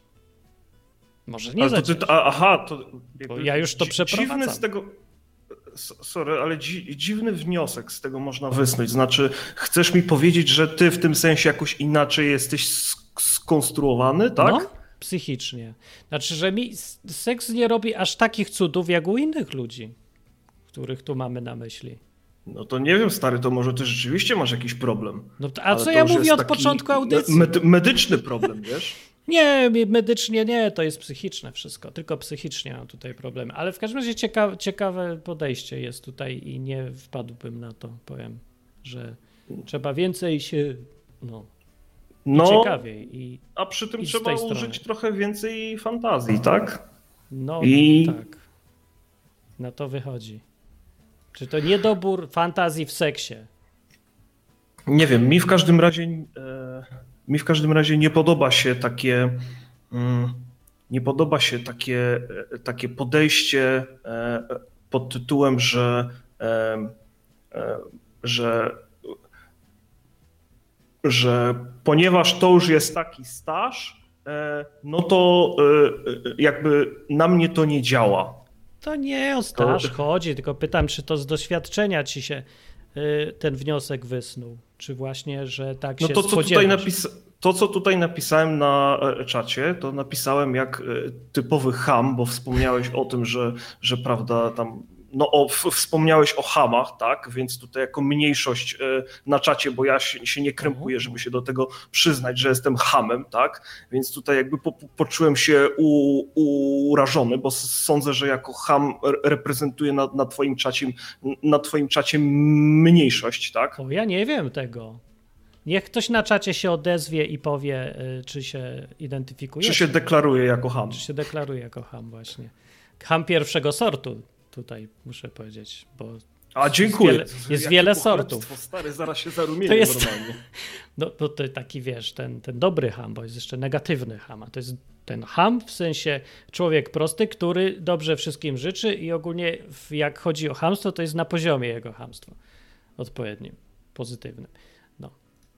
Może nie ale zadziałać. To ty, aha, to bo ja już to przeprowadzam. Dziwny z tego, sorry, ale dzi, dziwny wniosek z tego można wysnuć. Znaczy, chcesz mi powiedzieć, że ty w tym sensie jakoś inaczej jesteś skonstruowany, tak? No, psychicznie. Znaczy, że mi seks nie robi aż takich cudów, jak u innych ludzi, których tu mamy na myśli. No to nie wiem, stary, to może ty rzeczywiście masz jakiś problem. No to, a co ja mówię od początku audycji? Medy- medyczny problem, wiesz? Nie, medycznie nie, to jest psychiczne wszystko, tylko psychicznie mam tutaj problemy. Ale w każdym razie ciekawe, ciekawe podejście jest tutaj i nie wpadłbym na to, powiem, że trzeba więcej się, no, no ciekawiej. I, a przy tym i trzeba użyć strony. trochę więcej fantazji, tak? No I... tak, na to wychodzi. Czy to niedobór fantazji w seksie? Nie wiem, mi w każdym razie e, mi w każdym razie nie podoba się takie mm, nie podoba się takie, e, takie podejście e, pod tytułem, że e, e, że że ponieważ to już jest taki staż, e, no to e, jakby na mnie to nie działa. To nie o staż to... chodzi, tylko pytam, czy to z doświadczenia ci się y, ten wniosek wysnuł, czy właśnie, że tak no się to, co spodziewasz. tutaj napis... To, co tutaj napisałem na czacie, to napisałem jak typowy ham, bo wspomniałeś o tym, że, że prawda, tam, no o, wspomniałeś o hamach, tak, więc tutaj jako mniejszość na czacie, bo ja się, się nie krępuję, żeby się do tego przyznać, że jestem hamem, tak, więc tutaj jakby po, poczułem się u, urażony, bo sądzę, że jako ham reprezentuję na, na twoim czacie, na twoim czacie mniejszość, tak. O, ja nie wiem tego. Niech ktoś na czacie się odezwie i powie, czy się identyfikuje. Czy się deklaruje jako ham. Czy się deklaruje jako ham, właśnie. Ham pierwszego sortu, tutaj muszę powiedzieć, bo A dziękuję. Jest wiele, jest wiele sortów. Stary, zaraz się zarumienię to jest, normalnie. No, bo to taki, wiesz, ten, ten dobry ham, bo jest jeszcze negatywny ham. A to jest ten ham, w sensie człowiek prosty, który dobrze wszystkim życzy i ogólnie jak chodzi o chamstwo, to jest na poziomie jego chamstwa. Odpowiednim, pozytywnym. No.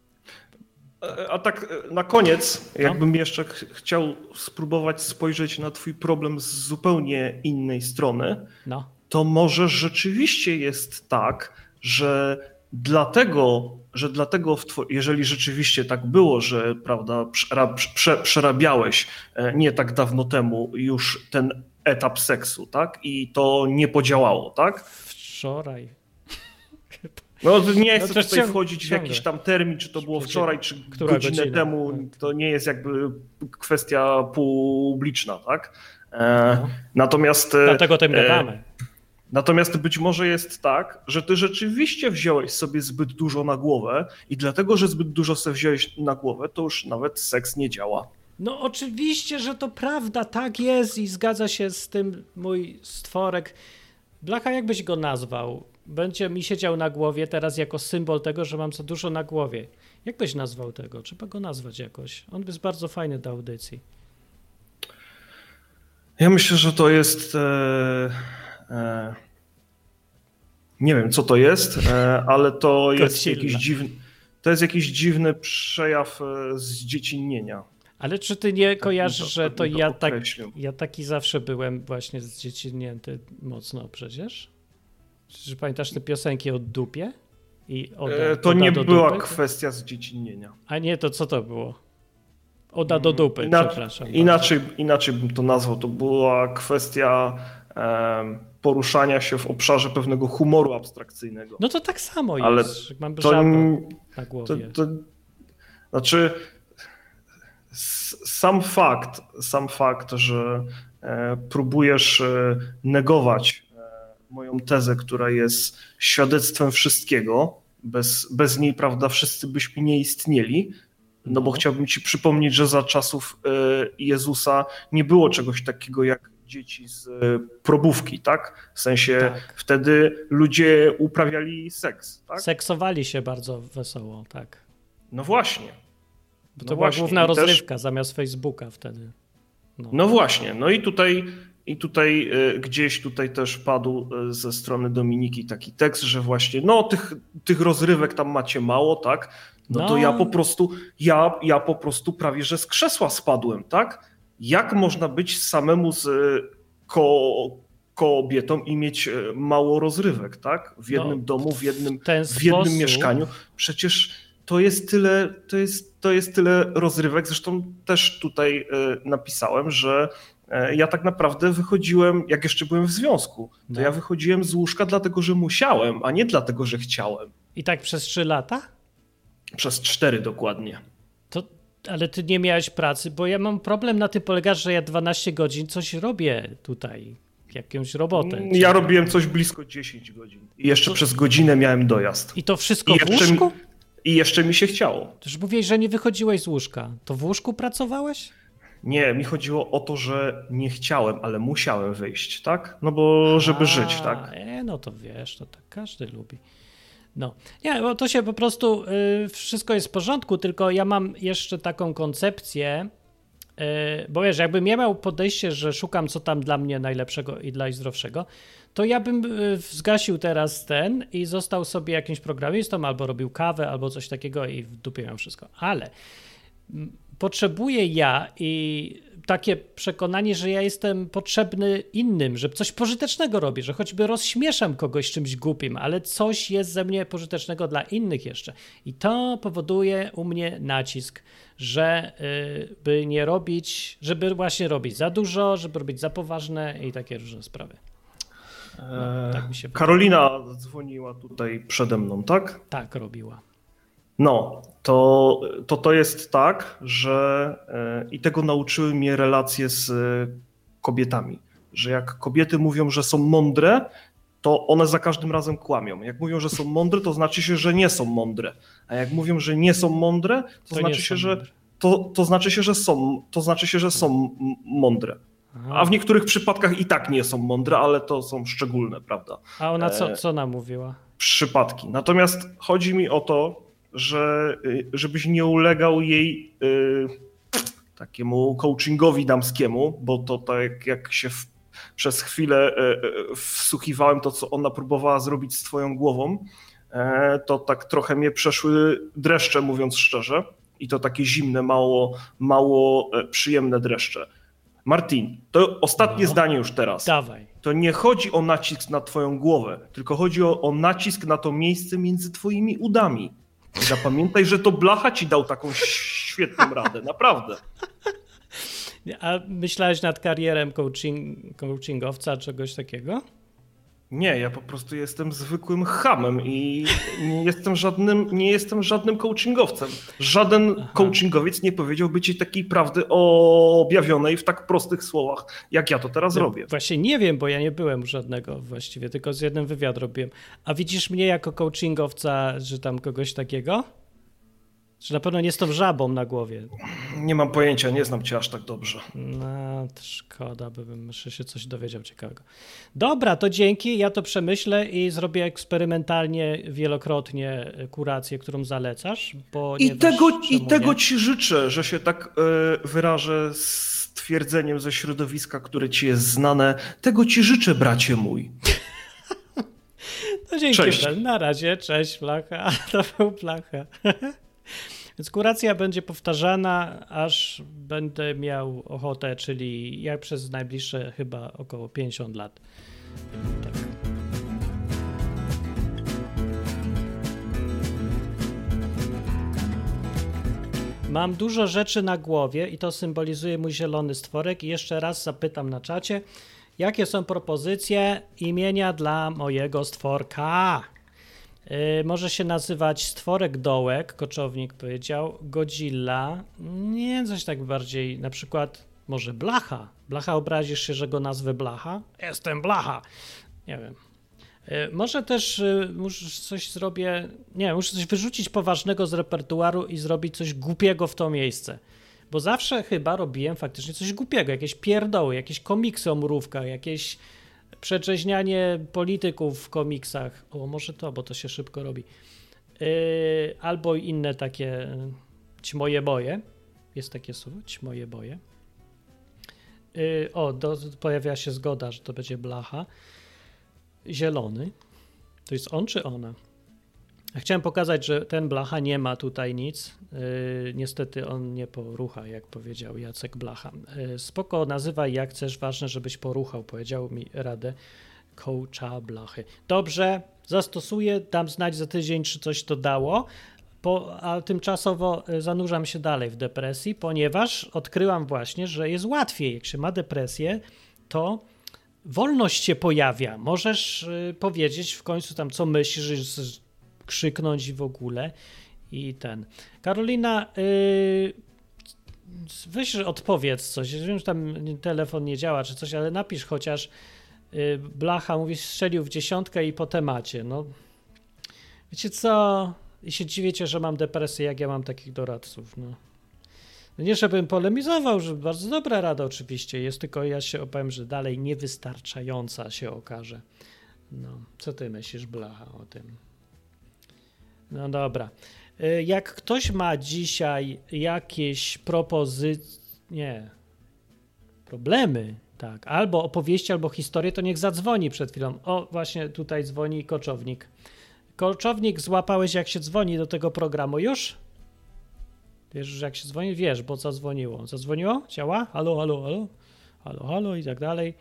A tak na koniec, jakbym no. jeszcze ch- chciał spróbować spojrzeć na twój problem z zupełnie innej strony, no. to może rzeczywiście jest tak, że dlatego, że dlatego w two- jeżeli rzeczywiście tak było, że prawda, przera- prze- przerabiałeś nie tak dawno temu już ten etap seksu, tak? I to nie podziałało, tak? Wczoraj. No nie chcę no tutaj ciąg, wchodzić w jakiś tam termin, czy to było wczoraj, czy Która godzinę godzina? temu, to nie jest jakby kwestia publiczna, tak? E, no. Natomiast... Dlatego o tym gadamy. E, natomiast być może jest tak, że ty rzeczywiście wziąłeś sobie zbyt dużo na głowę i dlatego, że zbyt dużo sobie wziąłeś na głowę, to już nawet seks nie działa. No oczywiście, że to prawda, tak jest i zgadza się z tym mój stworek. Blacha, jak byś go nazwał? Będzie mi siedział na głowie teraz jako symbol tego, że mam za dużo na głowie. Jak byś nazwał tego? Trzeba go nazwać jakoś. On jest bardzo fajny do audycji. Ja myślę, że to jest... E, e, nie wiem, co to jest, e, ale to jest jakiś dziwny, to jest jakiś dziwny przejaw zdziecinnienia. Ale czy ty nie tak kojarzysz, to, że to, to ja, tak, ja taki zawsze byłem właśnie zdziecinnięty mocno przecież? Czy pamiętasz te piosenki o dupie? I oda, e, to oda nie do była dupy? kwestia zdziecinnienia. A nie, to co to było? Oda do dupy, Ina- przepraszam. Inaczej, inaczej bym to nazwał. To była kwestia e, poruszania się w obszarze pewnego humoru abstrakcyjnego. No to tak samo Ale jest. Mam to, żabę na głowie. To, to, znaczy sam fakt, sam fakt, że e, próbujesz e, negować moją tezę, która jest świadectwem wszystkiego, bez, bez niej, prawda, wszyscy byśmy nie istnieli, no bo no. chciałbym ci przypomnieć, że za czasów Jezusa nie było czegoś takiego jak dzieci z probówki, tak? W sensie tak. Wtedy ludzie uprawiali seks, tak? Seksowali się bardzo wesoło, tak. No właśnie. Bo no to właśnie. była główna I rozrywka też... zamiast Facebooka wtedy. No. no właśnie, no i tutaj I tutaj y, gdzieś tutaj też padł y, ze strony Dominiki taki tekst, że właśnie no tych, tych rozrywek tam macie mało, tak? No, no to ja po prostu, ja, ja po prostu prawie że z krzesła spadłem, tak? Jak można być samemu z y, ko, kobietą i mieć y, mało rozrywek, tak? W jednym no, domu, w jednym, w jednym sposób... mieszkaniu. Przecież to jest tyle, to jest, to jest tyle rozrywek. Zresztą też tutaj y, napisałem, że ja tak naprawdę wychodziłem, jak jeszcze byłem w związku, to no. ja wychodziłem z łóżka dlatego, że musiałem, a nie dlatego, że chciałem. I tak przez trzy lata? Przez cztery dokładnie. To, ale ty nie miałeś pracy, bo ja mam problem na tym polega, że ja dwanaście godzin coś robię tutaj, jakąś robotę. Ja czy... robiłem coś blisko dziesięć godzin i jeszcze to... przez godzinę miałem dojazd. I to wszystko I w łóżku? Mi... I jeszcze mi się chciało. To już mówiłeś, że nie wychodziłeś z łóżka. To w łóżku pracowałeś? Nie, mi chodziło o to, że nie chciałem, ale musiałem wyjść, tak? No bo żeby A, żyć, tak? Nie, no to wiesz, to tak każdy lubi. No, nie, bo to się po prostu y, wszystko jest w porządku, tylko ja mam jeszcze taką koncepcję, y, bo wiesz, jakbym ja miał podejście, że szukam co tam dla mnie najlepszego i dla najzdrowszego, to ja bym y, zgasił teraz ten i został sobie jakimś programistą, albo robił kawę, albo coś takiego i w dupie miał wszystko, ale... Potrzebuję ja i takie przekonanie, że ja jestem potrzebny innym, że coś pożytecznego robię, że choćby rozśmieszam kogoś czymś głupim, ale coś jest ze mnie pożytecznego dla innych jeszcze. I to powoduje u mnie nacisk, że y, by nie robić, żeby właśnie robić za dużo, żeby robić za poważne i takie różne sprawy. No, tak mi się Karolina dzwoniła tutaj przede mną, tak? Tak robiła. No, to, to to jest tak, że i tego nauczyły mnie relacje z kobietami, że jak kobiety mówią, że są mądre, to one za każdym razem kłamią. Jak mówią, że są mądre, to znaczy się, że nie są mądre. A jak mówią, że nie są mądre, to, to znaczy się, że to, to znaczy się, że są, to znaczy się, że są mądre. Aha. A w niektórych przypadkach i tak nie są mądre, ale to są szczególne, prawda? A ona co, co nam mówiła? Przypadki. Natomiast chodzi mi o to, że żebyś nie ulegał jej y, takiemu coachingowi damskiemu, bo to tak jak się w, przez chwilę y, wsłuchiwałem to, co ona próbowała zrobić z twoją głową, y, to tak trochę mnie przeszły dreszcze, mówiąc szczerze, i to takie zimne, mało, mało przyjemne dreszcze. Martin, to ostatnie no. zdanie już teraz. Dawaj. To nie chodzi o nacisk na twoją głowę, tylko chodzi o, o nacisk na to miejsce między twoimi udami. I zapamiętaj, że to Blacha ci dał taką świetną radę, naprawdę. A myślałeś nad karierą coaching, coachingowca, czegoś takiego? Nie, ja po prostu jestem zwykłym chamem i nie jestem żadnym, nie jestem żadnym coachingowcem. Żaden Aha. coachingowiec nie powiedziałby ci takiej prawdy objawionej w tak prostych słowach, jak ja to teraz no, robię. Właśnie nie wiem, bo ja nie byłem żadnego właściwie, tylko z jednym wywiad robiłem. A widzisz mnie jako coachingowca, że tam kogoś takiego? Czy na pewno nie z tą żabą na głowie? Nie mam pojęcia, nie znam cię aż tak dobrze. No, to szkoda, bym jeszcze się coś dowiedział ciekawego. Dobra, to dzięki, ja to przemyślę i zrobię eksperymentalnie, wielokrotnie kurację, którą zalecasz. I tego, i tego ci życzę, że się tak y, wyrażę z twierdzeniem ze środowiska, które ci jest znane. Tego ci życzę, bracie mój. No dzięki, cześć. Na razie, cześć Blacha, to był Blacha. Więc kuracja będzie powtarzana, aż będę miał ochotę, czyli jak przez najbliższe chyba około pięćdziesiąt lat. Tak. Mam dużo rzeczy na głowie i to symbolizuje mój zielony stworek. I jeszcze raz zapytam na czacie, jakie są propozycje imienia dla mojego stworka? Yy, może się nazywać Stworek Dołek, Koczownik powiedział, Godzilla, nie, coś tak bardziej, na przykład może Blacha. Blacha, obrazisz się, że go nazwę Blacha? Jestem Blacha. Nie wiem. Yy, może też yy, muszę coś zrobię, nie, muszę coś wyrzucić poważnego z repertuaru i zrobić coś głupiego w to miejsce. Bo zawsze chyba robiłem faktycznie coś głupiego, jakieś pierdoły, jakieś komiksy o mrówkach, jakieś przedrzeźnianie polityków w komiksach. O, może to, bo to się szybko robi. Yy, albo inne takie ćmoje boje. Jest takie słowo, ćmoje boje. Yy, o, do, pojawia się zgoda, że to będzie Blacha. Zielony. To jest on czy ona? Chciałem pokazać, że ten Blacha nie ma tutaj nic. Yy, niestety on nie porucha, jak powiedział Jacek Blacha. Yy, spoko, nazywaj jak chcesz, ważne, żebyś poruchał, powiedział mi radę coacha Blachy. Dobrze, zastosuję, dam znać za tydzień, czy coś to dało, po, a tymczasowo zanurzam się dalej w depresji, ponieważ odkryłam właśnie, że jest łatwiej. Jak się ma depresję, to wolność się pojawia. Możesz yy, powiedzieć w końcu tam, co myślisz, krzyknąć i w ogóle i ten. Karolina, yy, weź odpowiedz coś. Wiem, że tam telefon nie działa czy coś, ale napisz chociaż yy, Blacha mówi, strzelił w dziesiątkę i po temacie. No, wiecie co? I się dziwicie, że mam depresję, jak ja mam takich doradców. No. Nie, żebym polemizował, że bardzo dobra rada oczywiście jest, tylko ja się opowiem, że dalej niewystarczająca się okaże. No, co ty myślisz, Blacha, o tym? No dobra. Jak ktoś ma dzisiaj jakieś propozycje, nie, problemy, tak, albo opowieści, albo historię, to niech zadzwoni przed chwilą. O, właśnie tutaj dzwoni Koczownik. Koczownik, złapałeś, jak się dzwoni do tego programu już? Wiesz, że jak się dzwoni, wiesz, bo zadzwoniło. Zadzwoniło? Działa? Halo, halo, halo? Halo, halo i tak dalej.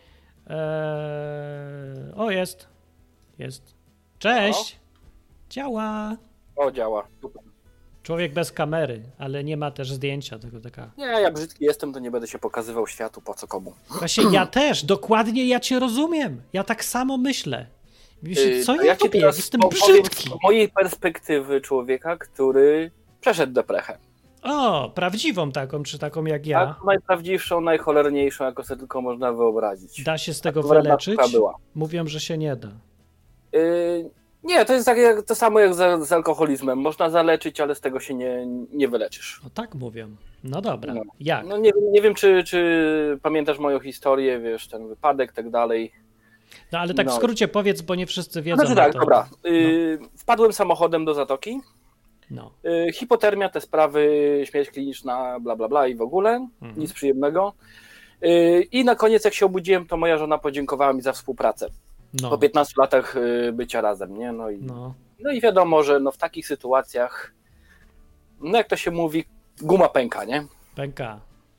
Eee... O, jest. Jest. Cześć! O. Działa. O, działa. Super. Człowiek bez kamery, ale nie ma też zdjęcia, tylko taka... Nie, ja brzydki jestem, to nie będę się pokazywał światu, po co komu. Właśnie ja też, dokładnie ja cię rozumiem. Ja tak samo myślę. Myślę, co yy, ja, ja robię? Jestem brzydki. Z mojej perspektywy człowieka, który przeszedł deprechę. O, prawdziwą taką, czy taką jak ja. Tak, najprawdziwszą, najcholerniejszą, jaką sobie tylko można wyobrazić. Da się z tego wyleczyć? Mówią, że się nie da. Yy, nie, to jest tak jak, to samo jak z, z alkoholizmem. Można zaleczyć, ale z tego się nie, nie wyleczysz. No tak mówią. No dobra, no. Jak? No nie, nie wiem, czy, czy pamiętasz moją historię, wiesz, ten wypadek, tak dalej. No ale tak no. w skrócie powiedz, bo nie wszyscy wiedzą. Znaczy tak, to... dobra. Yy, no. Wpadłem samochodem do zatoki. No. Yy, hipotermia, te sprawy, śmierć kliniczna, bla, bla, bla i w ogóle. Mhm. Nic przyjemnego. Yy, I na koniec, jak się obudziłem, to moja żona podziękowała mi za współpracę. No. Po piętnastu latach bycia razem, nie? No i, no. no i wiadomo, że no w takich sytuacjach, no jak to się mówi, guma pęka, nie? Pęka.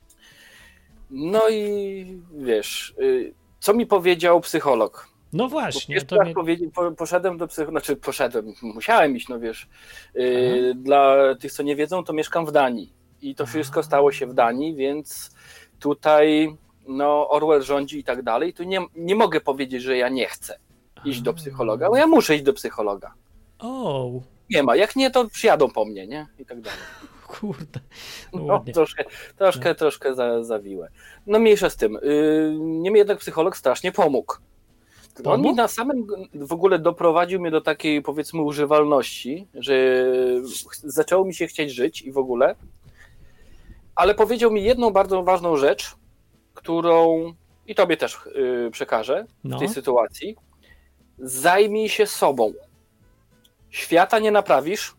No i wiesz, co mi powiedział psycholog? No właśnie. To mnie... powiedzi... Poszedłem do psychologa, znaczy poszedłem, musiałem iść, no wiesz. Yy, dla tych, co nie wiedzą, to mieszkam w Danii i to wszystko stało się w Danii, więc tutaj... no Orwell rządzi i tak dalej, to nie, nie mogę powiedzieć, że ja nie chcę iść do psychologa, bo ja muszę iść do psychologa. O. Nie ma, jak nie, to przyjadą po mnie, nie? I tak dalej. Kurde. No, no troszkę, troszkę, no. troszkę za, zawiłe. No mniejsza z tym. Yy, niemniej jednak psycholog strasznie pomógł. pomógł. On mi na samym w ogóle doprowadził mnie do takiej, powiedzmy, używalności, że zaczęło mi się chcieć żyć i w ogóle, ale powiedział mi jedną bardzo ważną rzecz, którą i tobie też yy, przekażę no. w tej sytuacji. Zajmij się sobą. Świata nie naprawisz.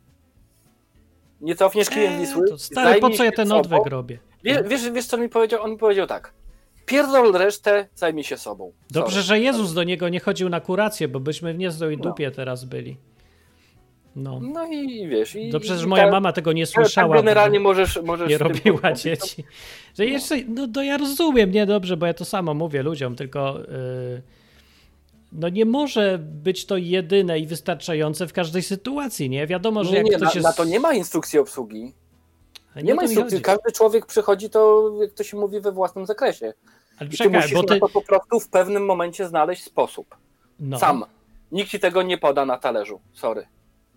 Nie cofniesz klient Wisły. Eee, stary, po co ja ten odwyk robię? Wiesz, wiesz, wiesz, co mi powiedział? On mi powiedział tak. Pierdol resztę, zajmij się sobą. Dobrze, Sorry. że Jezus do niego nie chodził na kurację, bo byśmy w niezłej dupie no. teraz byli. No. no i wiesz... I, Dobrze, i że moja ta, mama tego nie słyszała. Tak generalnie możesz, możesz... Nie robiła dzieci. Że jeszcze, no to ja rozumiem, nie dobrze, bo ja to samo mówię ludziom, tylko yy, no nie może być to jedyne i wystarczające w każdej sytuacji, nie? Wiadomo, że nie, jak nie, ktoś na, jest... na to nie ma instrukcji obsługi. Nie, nie ma instrukcji. Chodzi. Każdy człowiek przychodzi to, jak to się mówi, we własnym zakresie. Ale I ty czekaj, musisz bo ty... na to po prostu w pewnym momencie znaleźć sposób. No. Sam. Nikt ci tego nie poda na talerzu. Sorry.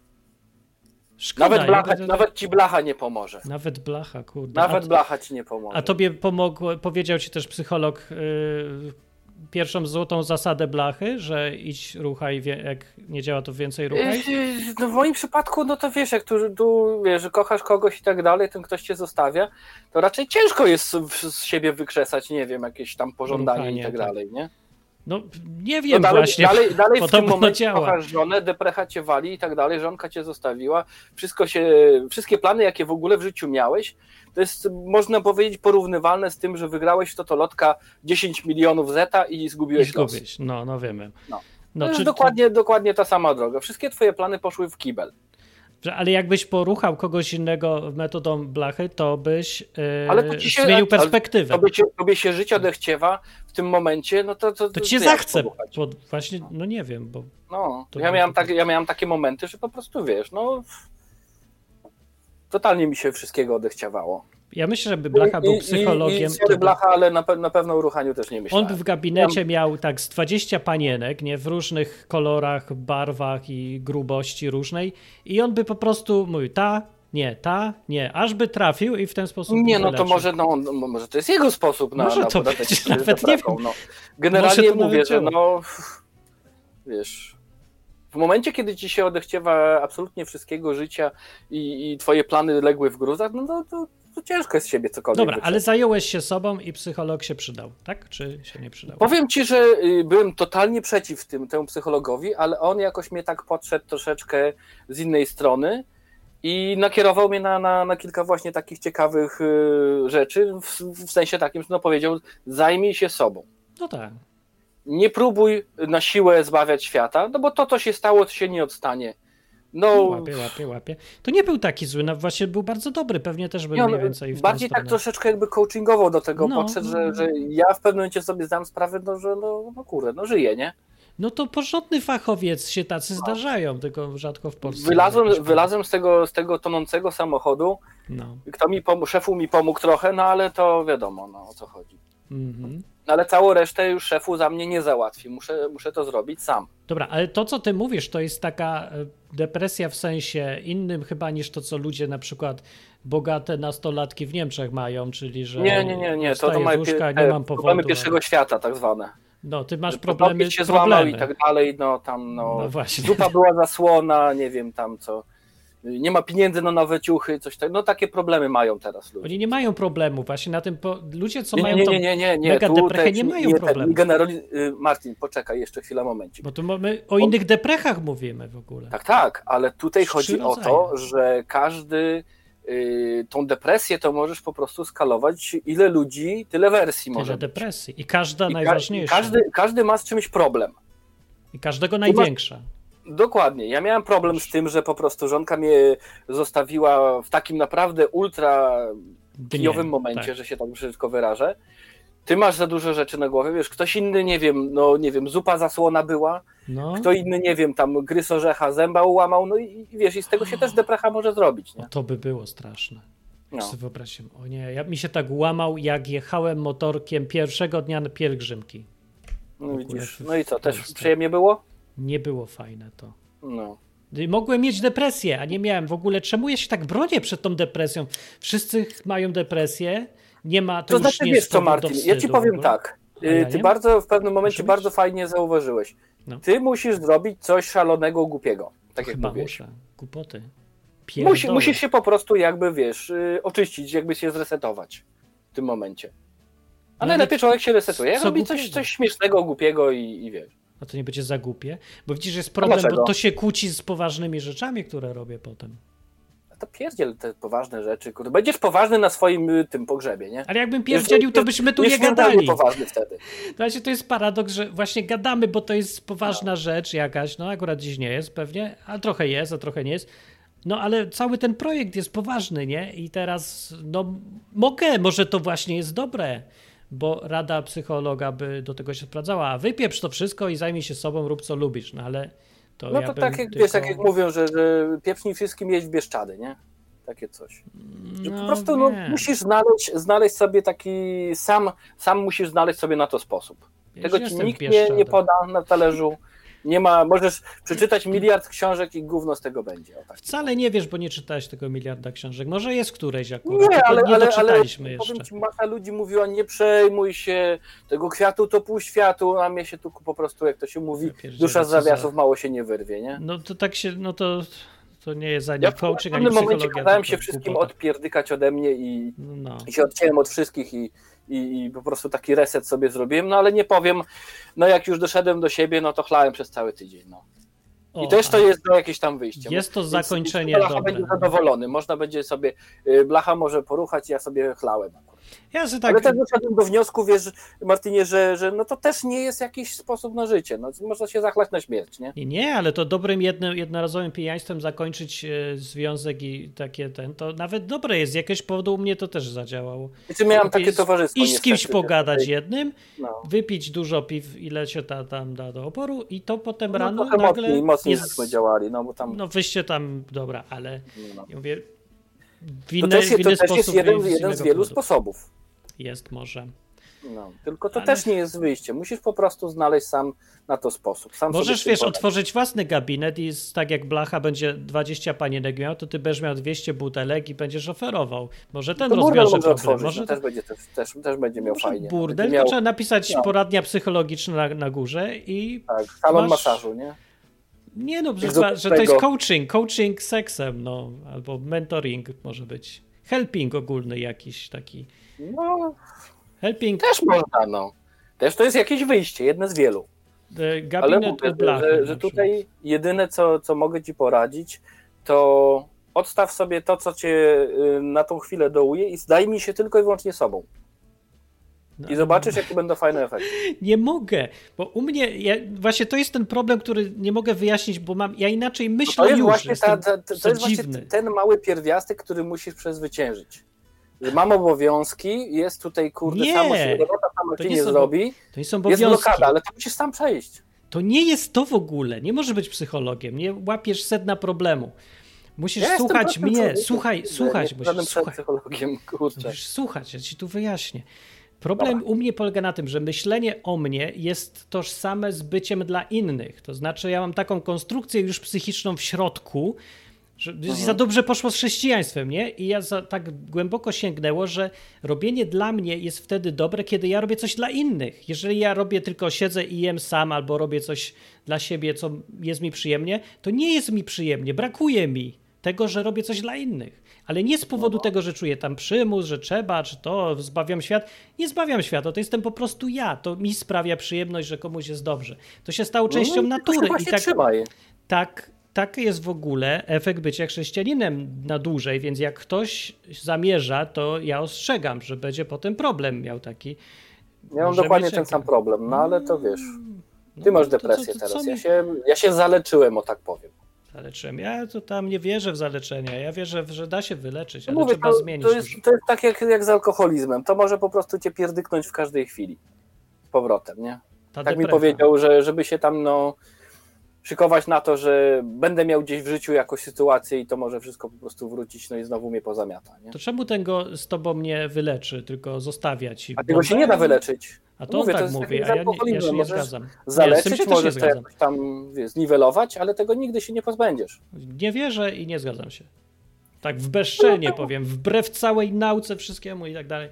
Szkoda, nawet, blacha, ja... nawet ci blacha nie pomoże. Nawet blacha, kurde. Nawet a, blacha ci nie pomoże. A tobie pomógł, powiedział ci też psycholog yy, pierwszą złotą zasadę blachy, że idź, ruchaj, wie, jak nie działa, to więcej ruchaj? No w moim przypadku, no to wiesz, jak tu, tu wiesz, że kochasz kogoś i tak dalej, ten ktoś cię zostawia, to raczej ciężko jest z siebie wykrzesać, nie wiem, jakieś tam pożądanie Ruchanie, i tak dalej, nie? No nie wiem no dalej, właśnie. Dalej, dalej w tym momencie działa. kochasz żonę, deprecha cię wali i tak dalej, żonka cię zostawiła, wszystko się, wszystkie plany, jakie w ogóle w życiu miałeś, to jest, można powiedzieć, porównywalne z tym, że wygrałeś w totolotka dziesięć milionów zeta i zgubiłeś I zgubić. No, no wiemy. No. No, to czy, jest dokładnie, dokładnie ta sama droga. Wszystkie twoje plany poszły w kibel. Ale jakbyś poruchał kogoś innego metodą blachy, to byś yy, ale to ci się, zmienił perspektywę. Tobie się, tobie się życie odechciewa w tym momencie, no to... To, to cię zachce, bo właśnie, no nie wiem, bo... No, ja miałem, tak, ja miałem takie momenty, że po prostu, wiesz, no... Totalnie mi się wszystkiego odechciawało. Ja myślę, żeby Blacha był psychologiem. I, i, i Blacha, ale na, pe- na pewno o ruchaniu też nie myślałem. On by w gabinecie miał tak z dwadzieścia panienek, nie, w różnych kolorach, barwach i grubości różnej i on by po prostu mówił ta, nie, ta, nie, aż by trafił i w ten sposób nie, no to może, no, może to jest jego sposób na, może na to podatek być, nawet nie wiem. No. Generalnie mówię, że no wiesz, w momencie, kiedy ci się odechciewa absolutnie wszystkiego życia i, i twoje plany legły w gruzach, no to, to to ciężko jest z siebie cokolwiek Dobra, wyczerpać. Ale zająłeś się sobą i psycholog się przydał, tak? Czy się nie przydał? Powiem ci, że byłem totalnie przeciw tym, temu psychologowi, ale on jakoś mnie tak podszedł troszeczkę z innej strony i nakierował mnie na, na, na kilka właśnie takich ciekawych y, rzeczy, w, w sensie takim, że no powiedział, zajmij się sobą. No tak. Nie próbuj na siłę zbawiać świata, no bo to, co się stało, to się nie odstanie. No, łapie, łapie, łapie. To nie był taki zły, no właśnie był bardzo dobry, pewnie też był nie, mniej więcej w bardziej tak troszeczkę jakby coachingowo do tego no, podszedł, no. że, że ja w pewnym momencie sobie zdam sprawę, no, że no, no kurde, no żyję, nie? No to porządny fachowiec się tacy no. zdarzają, tylko rzadko w Polsce. Wylazłem, wylazłem z, tego, z tego tonącego samochodu, no. kto mi pom- szefu mi pomógł trochę, no ale to wiadomo, no o co chodzi. Mhm. No ale całą resztę już szefu za mnie nie załatwi, muszę, muszę to zrobić sam. Dobra, ale to co ty mówisz, to jest taka depresja w sensie innym chyba niż to, co ludzie na przykład bogate nastolatki w Niemczech mają, czyli że nie, nie, nie, nie. To, to mają łóżka, nie mam powodu. Problemy pierwszego świata tak zwane. No, ty masz problemy, się problemy. złamał i tak dalej, no tam no, no właśnie. zupa była zasłona, nie wiem tam co, nie ma pieniędzy na nowe ciuchy, coś tak, no takie problemy mają teraz ludzie. Oni nie mają problemu, właśnie na tym, po... ludzie co nie, mają nie, tą nie, nie, nie, nie. mega Tu deprechę te, nie mają nie, problemu. Generali... Martin, poczekaj jeszcze chwilę, momencik. Bo tu mamy o innych deprechach mówimy w ogóle. Tak, tak, ale tutaj Trzy chodzi rodzaje. o to, że każdy y, tą depresję to możesz po prostu skalować, ile ludzi, tyle wersji Tyle może być. depresji i każda I najważniejsza. I każdy, każdy ma z czymś problem. I każdego największa. Dokładnie. Ja miałem problem z tym, że po prostu żonka mnie zostawiła w takim naprawdę ultra kijowym momencie, tak. że się tak brzydko wyrażę. Ty masz za dużo rzeczy na głowie, wiesz, ktoś inny, nie wiem, no nie wiem, zupa zasłona była, no. Kto inny, nie wiem, tam gryz orzecha, zęba ułamał, no i, i wiesz, i z tego się też deprecha może zrobić, nie? O, to by było straszne. No. Sobie wyobraźcie, o nie, ja, mi się tak łamał, jak jechałem motorkiem pierwszego dnia na pielgrzymki. No widzisz, no i co, też przyjemnie było? Nie było fajne to. No. Mogłem mieć depresję, a nie miałem w ogóle. Czemu ja się tak bronię przed tą depresją? Wszyscy mają depresję, nie ma to, to już znaczy, nie wiesz jest co, Martin, ja ci powiem tak. Ja ty nie? bardzo w pewnym momencie bardzo fajnie zauważyłeś. No. Ty musisz zrobić coś szalonego, głupiego. Tak jak Chyba mówisz. muszę. Głupoty. Musi, musisz się po prostu jakby, wiesz, oczyścić, jakby się zresetować w tym momencie. A no najlepiej człowiek się resetuje, robi coś, coś śmiesznego, głupiego i, i wiesz. A to nie będzie za głupie? Bo widzisz, jest problem, bo to się kłóci z poważnymi rzeczami, które robię potem. A to pierdziel te poważne rzeczy, kurde. Będziesz poważny na swoim tym pogrzebie, nie? Ale jakbym pierdzielił, to byśmy tu nie, nie gadali. Poważny wtedy. Znaczy, to jest paradoks, że właśnie gadamy, bo to jest poważna no. rzecz jakaś, no akurat dziś nie jest pewnie, a trochę jest, a trochę nie jest. No ale cały ten projekt jest poważny, nie? I teraz, no mogę, może to właśnie jest dobre, bo rada psychologa by do tego się sprawdzała, a wypieprz to wszystko i zajmij się sobą, rób co lubisz, no ale to No ja to bym tak jak, tylko... wiesz, tak jak mówią, że, że pieprznij wszystkim jeść w Bieszczady, nie? Takie coś. Że no, po prostu no, musisz znaleźć, znaleźć sobie taki, sam, sam musisz znaleźć sobie na to sposób. Ja Tego ci nikt nie, nie poda na talerzu. Nie ma, możesz przeczytać miliard książek i gówno z tego będzie. O, tak. Wcale nie wiesz, bo nie czytałeś tego miliarda książek. Może jest któreś akurat, nie, ale, nie ale, doczytaliśmy ale, jeszcze. Powiem ci, masa ludzi mówiła, nie przejmuj się, tego kwiatu to pół światu, a mnie się tu po prostu, jak to się mówi, ja dusza z zawiasów za... mało się nie wyrwie, nie? No to tak się, no to... To nie jest ani ja coaching, ani psychologia. W pewnym momencie kazałem się tak wszystkim głupota. odpierdykać ode mnie i, no. i się odciąłem od wszystkich i, i, i po prostu taki reset sobie zrobiłem, no ale nie powiem, no jak już doszedłem do siebie, no to chlałem przez cały tydzień, no. I o, też to jest do jakieś tam wyjście. Jest to Więc, zakończenie Blacha dobre. będzie zadowolony, można będzie sobie, Blacha może poruchać, ja sobie chlałem akurat. Ja tak... Ale też doszedłem do wniosku, wiesz, Martinie, że, że no to też nie jest jakiś sposób na życie. No, można się zachlać na śmierć, nie? Nie, nie, ale to dobrym jedno, jednorazowym pijaństwem zakończyć e, związek i takie ten, to nawet dobre jest. Z jakiegoś powodu u mnie to też zadziałało. Czy miałem takie towarzystwo. Iść z kimś pogadać tutaj. jednym, no. wypić dużo piw, ile się ta, tam da do oporu i to potem no, rano nagle mocniej, mocniej jest... działali, no bo tam... No wyście tam, dobra, ale no. ja mówię, w inny, to też, w inny to też jest jeden, z, jeden z wielu powodu. sposobów. Jest może. No, tylko to ale... też nie jest wyjście. Musisz po prostu znaleźć sam na to sposób. Sam Możesz, wiesz, otworzyć własny gabinet i tak jak Blacha będzie dwadzieścia panienek miał, to ty będziesz miał dwieście butelek i będziesz oferował. Może ten to rozwiąże może problem. Otworzyć, może no, to... też, będzie, też, też, też będzie miał może fajnie. Burdel, miał... to trzeba napisać no. poradnia psychologiczna na, na górze i tak, salon masz... masażu, nie? Nie no, że, że to jest coaching, coaching seksem, no, albo mentoring może być. Helping ogólny jakiś taki. No, helping. Też można, no. Też to jest jakieś wyjście, jedne z wielu. Gabinet ale mówię, Blachy, że, że tutaj jedyne, co, co mogę ci poradzić, to odstaw sobie to, co cię na tą chwilę dołuje i zdaj mi się tylko i wyłącznie sobą. I zobaczysz, jakie będą fajne efekty. Nie mogę, bo u mnie, ja, właśnie to jest ten problem, który nie mogę wyjaśnić, bo mam, ja inaczej myślę no to jest już. Właśnie ta, ta, to, to jest dziwny. właśnie ten mały pierwiastek, który musisz przezwyciężyć. Że mam obowiązki, jest tutaj, kurde, nie, samo się, robota sama to się nie, nie są, zrobi, to nie są obowiązki. jest blokada, ale to musisz sam przejść. To nie jest to w ogóle, nie możesz być psychologiem, nie łapiesz sedna problemu. Musisz ja słuchać mnie, człowiekiem. słuchaj, słuchać, nie musisz słuchać. psychologiem, kurczę. Musisz słuchać, ja ci tu wyjaśnię. Problem Dobra. u mnie polega na tym, że myślenie o mnie jest tożsame z byciem dla innych. To znaczy ja mam taką konstrukcję już psychiczną w środku, że mhm. za dobrze poszło z chrześcijaństwem, nie? I ja za, tak głęboko sięgnęło, że robienie dla mnie jest wtedy dobre, kiedy ja robię coś dla innych. Jeżeli ja robię tylko siedzę i jem sam, albo robię coś dla siebie, co jest mi przyjemnie, to nie jest mi przyjemnie, brakuje mi tego, że robię coś dla innych. Ale nie z powodu no. tego, że czuję tam przymus, że trzeba, czy to, zbawiam świat. Nie zbawiam świata, to jestem po prostu ja. To mi sprawia przyjemność, że komuś jest dobrze. To się stało częścią no, natury. I tak, tak, tak jest w ogóle efekt bycia chrześcijaninem na dłużej, więc jak ktoś zamierza, to ja ostrzegam, że będzie potem problem miał taki. Ja mam dokładnie ten sam problem, no ale to wiesz, ty masz depresję to, to, to, teraz. Ja się, ja się zaleczyłem, o tak powiem. Zaleczyłem. Ja to tam nie wierzę w zaleczenia. Ja wierzę, że da się wyleczyć, ale Mówię, trzeba to, zmienić. To jest, to jest tak jak, jak z alkoholizmem. To może po prostu cię pierdyknąć w każdej chwili. Z powrotem, nie? Ta tak deprecha. Mi powiedział, że żeby się tam no szykować na to, że będę miał gdzieś w życiu jakąś sytuację i to może wszystko po prostu wrócić, no i znowu mnie pozamiata. Nie? To czemu ten go z tobą nie wyleczy, tylko zostawia ci? A tego się nie da wyleczyć. A to Mówię, on tak mówi, a ja, nie, ja się nie zgadzam. Zaleczyć, nie, możesz to jakoś tam wie, zniwelować, ale tego nigdy się nie pozbędziesz. Nie wierzę i nie zgadzam się. Tak w bezczelnie powiem, wbrew całej nauce, wszystkiemu i tak dalej.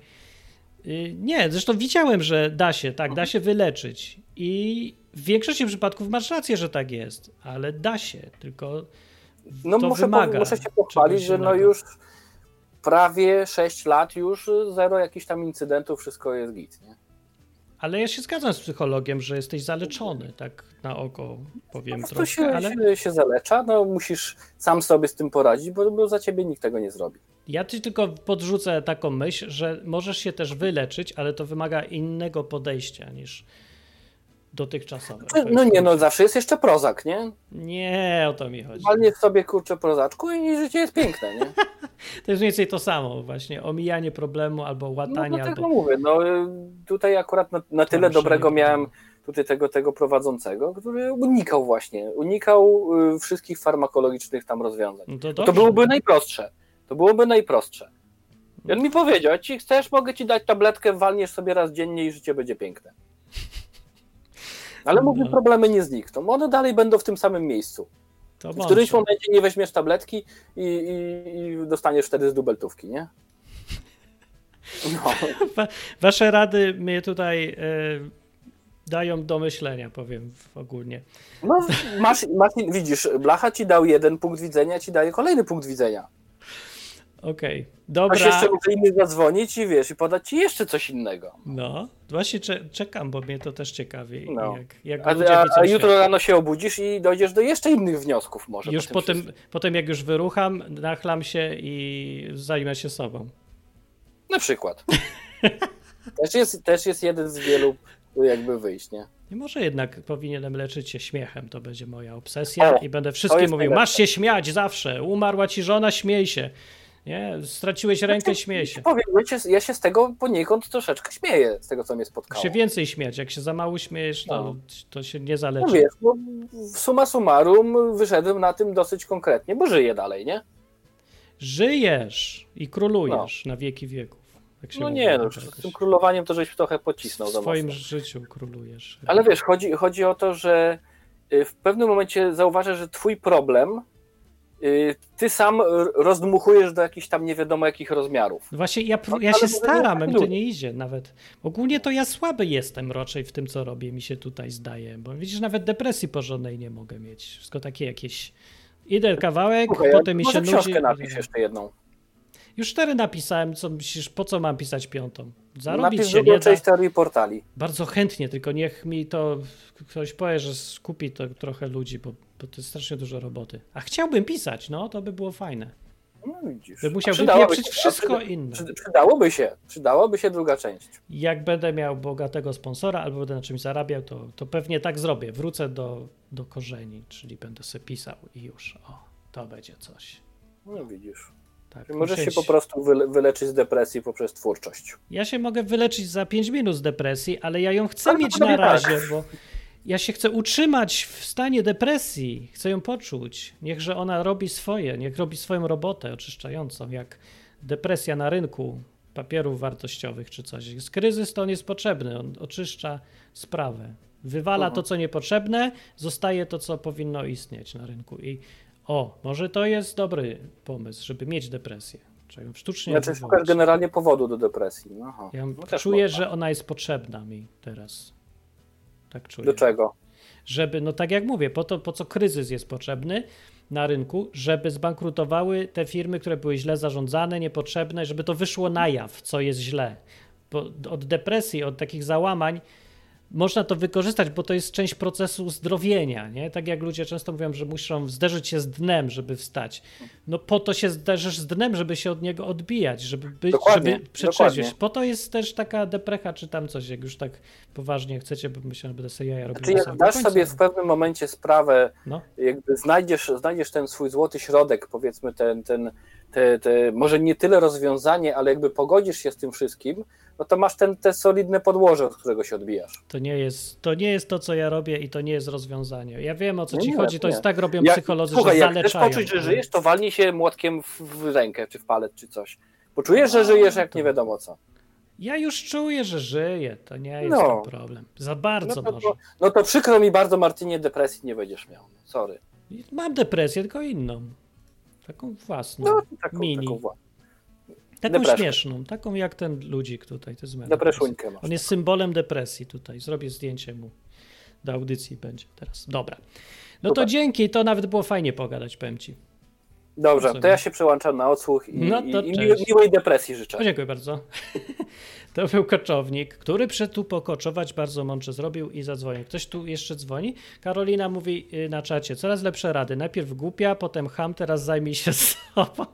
Nie, zresztą widziałem, że da się, tak, da się wyleczyć i w większości przypadków masz rację, że tak jest, ale da się, tylko no to muszę wymaga. Po, muszę się pochwalić, że no już prawie sześć lat już zero jakichś tam incydentów, wszystko jest git, nie? Ale ja się zgadzam z psychologiem, że jesteś zaleczony, tak na oko powiem no, trochę. To się, ale... się, się zalecza, no musisz sam sobie z tym poradzić, bo, bo za ciebie nikt tego nie zrobi. Ja ci tylko podrzucę taką myśl, że możesz się też wyleczyć, ale to wymaga innego podejścia niż dotychczasowe. No, no nie, no zawsze jest jeszcze prozak, nie? Nie, o to mi chodzi. Walniesz sobie kurczę prozaczku i życie jest piękne, nie? To jest mniej więcej to samo właśnie, omijanie problemu albo łatanie. No dlatego albo... mówię, no tutaj akurat na, na tyle dobrego miałem tutaj tego, tego prowadzącego, który unikał właśnie, unikał y, wszystkich farmakologicznych tam rozwiązań. No to, to byłoby najprostsze. To byłoby najprostsze. I on mi powiedział, jak ci chcesz, mogę ci dać tabletkę, walniesz sobie raz dziennie i życie będzie piękne. Ale mówię, no. problemy nie znikną. One dalej będą w tym samym miejscu. To w którymś momencie nie weźmiesz tabletki i, i, i dostaniesz wtedy z dubeltówki, nie? No. Wasze rady mnie tutaj y, dają do myślenia, powiem ogólnie. No, masz, masz, widzisz, Blacha ci dał jeden punkt widzenia, ci daje kolejny punkt widzenia. Okej, okay. Dobra. Masz jeszcze może inny zadzwonić i wiesz, i podać ci jeszcze coś innego. No, właśnie czekam, bo mnie to też ciekawi. No. Jak, jak a a, a jutro świat. Rano się obudzisz i dojdziesz do jeszcze innych wniosków może. Już po potem, potem jak już wyrucham, nachlam się i zajmę się sobą. Na przykład. też, jest, też jest jeden z wielu jakby wyjść, nie? Nie może jednak powinienem leczyć się śmiechem, to będzie moja obsesja o, i będę wszystkim mówił, najlepsze. Masz się śmiać zawsze, umarła ci żona, śmiej się. Nie, straciłeś rękę, znaczy, śmiej się. Powiem, ja się z tego poniekąd troszeczkę śmieję, z tego co mnie spotkało. Się więcej śmiać, jak się za mało śmiejesz, to, no. to się nie zaleczy. No wiesz, bo summa summarum wyszedłem na tym dosyć konkretnie, bo żyję dalej, nie? Żyjesz i królujesz no. na wieki wieków. No nie, no, z tym królowaniem to żeś trochę pocisnął. W swoim życiu królujesz. Ale wiesz, chodzi, chodzi o to, że w pewnym momencie zauważasz, że twój problem ty sam rozdmuchujesz do jakichś tam nie wiadomo jakich rozmiarów. Właśnie ja, ja się staram, a mi to nie idzie nawet. Ogólnie to ja słaby jestem raczej w tym, co robię, mi się tutaj zdaje, bo widzisz, nawet depresji porządnej nie mogę mieć. Wszystko takie jakieś... Idę kawałek, Słuchaj, potem mi się nudzi... książkę napisz jeszcze jedną. Już cztery napisałem, co myślisz, po co mam pisać piątą? Zarobić Napisz się nie część teorii portali. Bardzo chętnie, tylko niech mi to ktoś powie, że skupi to trochę ludzi, bo, bo to jest strasznie dużo roboty. A chciałbym pisać, no to by było fajne. No widzisz. By musiał Przydałoby wypieprzyć się, wszystko przyda, inne. Przy, przydałoby się, przydałoby się druga część. Jak będę miał bogatego sponsora albo będę na czymś zarabiał, to, to pewnie tak zrobię. Wrócę do, do korzeni, czyli będę sobie pisał i już, o, to będzie coś. No widzisz. Tak, Możesz musieć... się po prostu wyle, wyleczyć z depresji poprzez twórczość. Ja się mogę wyleczyć za pięć minut z depresji, ale ja ją chcę Ale mieć to na tak. razie, bo ja się chcę utrzymać w stanie depresji, chcę ją poczuć. Niechże ona robi swoje, niech robi swoją robotę oczyszczającą, jak depresja na rynku papierów wartościowych czy coś. Jest kryzys, to on jest potrzebny, on oczyszcza sprawę. Wywala to, co niepotrzebne, zostaje to, co powinno istnieć na rynku. I o, może to jest dobry pomysł, żeby mieć depresję. Trzeba ją sztucznie Znaczy wywołać. szukasz generalnie powodu do depresji. Aha. Ja No czuję, można. że ona jest potrzebna mi teraz. Tak czuję. Do czego? Żeby, no tak jak mówię, po to, po co kryzys jest potrzebny na rynku, żeby zbankrutowały te firmy, które były źle zarządzane, niepotrzebne, żeby to wyszło na jaw, co jest źle. Bo od depresji, od takich załamań można to wykorzystać, bo to jest część procesu uzdrowienia, nie? Tak jak ludzie często mówią, że muszą zderzyć się z dnem, żeby wstać. No po to się zderzysz z dnem, żeby się od niego odbijać, żeby być, Dokładnie, żeby przetrzeźwieć. dokładnie. Po to jest też taka deprecha, czy tam coś, jak już tak poważnie chcecie, bo myślę, że będę sobie jaja robił. Znaczy na jak samym dasz końcu. sobie w pewnym momencie sprawę, No. jakby znajdziesz, znajdziesz ten swój złoty środek, powiedzmy ten, ten te, te, może nie tyle rozwiązanie, ale jakby pogodzisz się z tym wszystkim, no to masz ten, te solidne podłoże, od którego się odbijasz. To nie jest to, nie jest to, co ja robię i to nie jest rozwiązanie. Ja wiem, o co Nie, ci nie, chodzi, to nie. jest tak robią Jak- psycholodzy, Słuchaj, że jak chcesz zaleczają. poczuć, że ale- żyjesz, to walnij się młotkiem w, w rękę, czy w palec, czy coś. Poczujesz, że żyjesz, jak to- nie wiadomo co. Ja już czuję, że żyję, to nie jest No. to problem. Za bardzo No to, może. to, no to przykro mi bardzo, Martynie, depresji nie będziesz miał. Sorry. Mam depresję, tylko inną. Taką własną, No, taką, mini. taką wła- Taką depreszkę. śmieszną, taką jak ten ludzik tutaj. To jest moja depreszuńkę masz. On jest symbolem depresji tutaj. Zrobię zdjęcie mu do audycji będzie teraz. Dobra. No to Super. dzięki, to nawet było fajnie pogadać, powiem ci. Dobrze, sobie. to ja się przełączam na odsłuch i, No to i, i cześć. miłej depresji życzę. O, dziękuję bardzo. To był koczownik, który przyszedł tu pokoczować, bardzo mądrze zrobił i zadzwonił. Ktoś tu jeszcze dzwoni? Karolina mówi y, na czacie, coraz lepsze rady. Najpierw głupia, potem cham, teraz zajmij się sobą.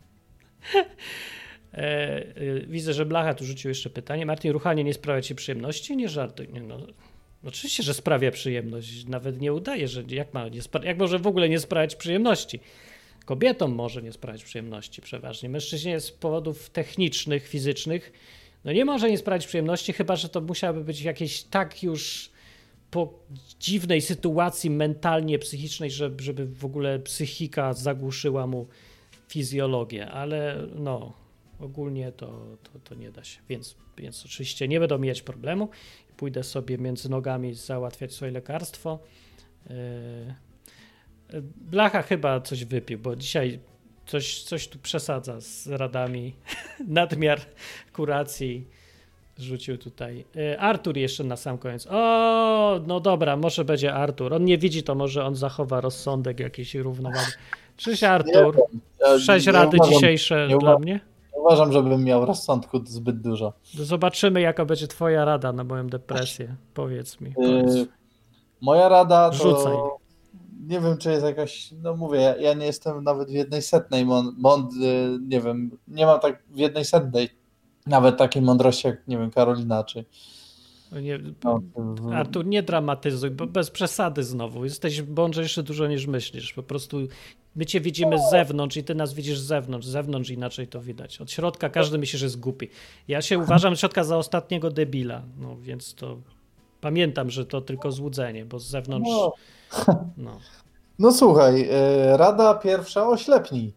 E, y, widzę, że Blacha tu rzucił jeszcze pytanie. Martin, ruchanie nie sprawia ci przyjemności? Nie żartuj. Nie, no, oczywiście, że sprawia przyjemność. Nawet nie udaje, że jak, ma, nie spra- jak może w ogóle nie sprawiać przyjemności. Kobietom może nie sprawiać przyjemności przeważnie. Mężczyźnie z powodów technicznych, fizycznych, no nie może nie sprawiać przyjemności, chyba że to musiałoby być jakieś tak już po dziwnej sytuacji mentalnie psychicznej, żeby, żeby w ogóle psychika zagłuszyła mu fizjologię, ale no ogólnie to, to, to nie da się, więc, więc oczywiście nie będą mieć problemu. Pójdę sobie między nogami załatwiać swoje lekarstwo. Yy... Blacha chyba coś wypił, bo dzisiaj coś, coś tu przesadza z radami. Nadmiar kuracji rzucił tutaj. Artur jeszcze na sam koniec. O, no dobra, może będzie Artur. On nie widzi, to może on zachowa rozsądek jakiejś równowagi. Cześć Artur. Ja Sześć nie rady uważam- dzisiejsze nie dla uwa- mnie. Nie uważam, żebym miał rozsądku zbyt dużo. Zobaczymy, jaka będzie twoja rada na moją depresję. Powiedz mi. Powiedz. Yy, moja rada to... Rzucaj. Nie wiem, czy jest jakaś... No mówię, ja, ja nie jestem nawet w jednej setnej mąd... mąd yy, nie wiem, nie mam tak w jednej setnej nawet takiej mądrości jak, nie wiem, Karolina, czy... Nie, No, Artur, nie dramatyzuj, bo bez przesady znowu. Jesteś mądrzejszy dużo niż myślisz. Po prostu my cię widzimy z zewnątrz i ty nas widzisz z zewnątrz. Z zewnątrz inaczej to widać. Od środka każdy myśli, że jest głupi. Ja się uważam z środka za ostatniego debila, no więc to pamiętam, że to tylko złudzenie, bo z zewnątrz... No, No. no słuchaj, yy, rada pierwsza, oślepnij.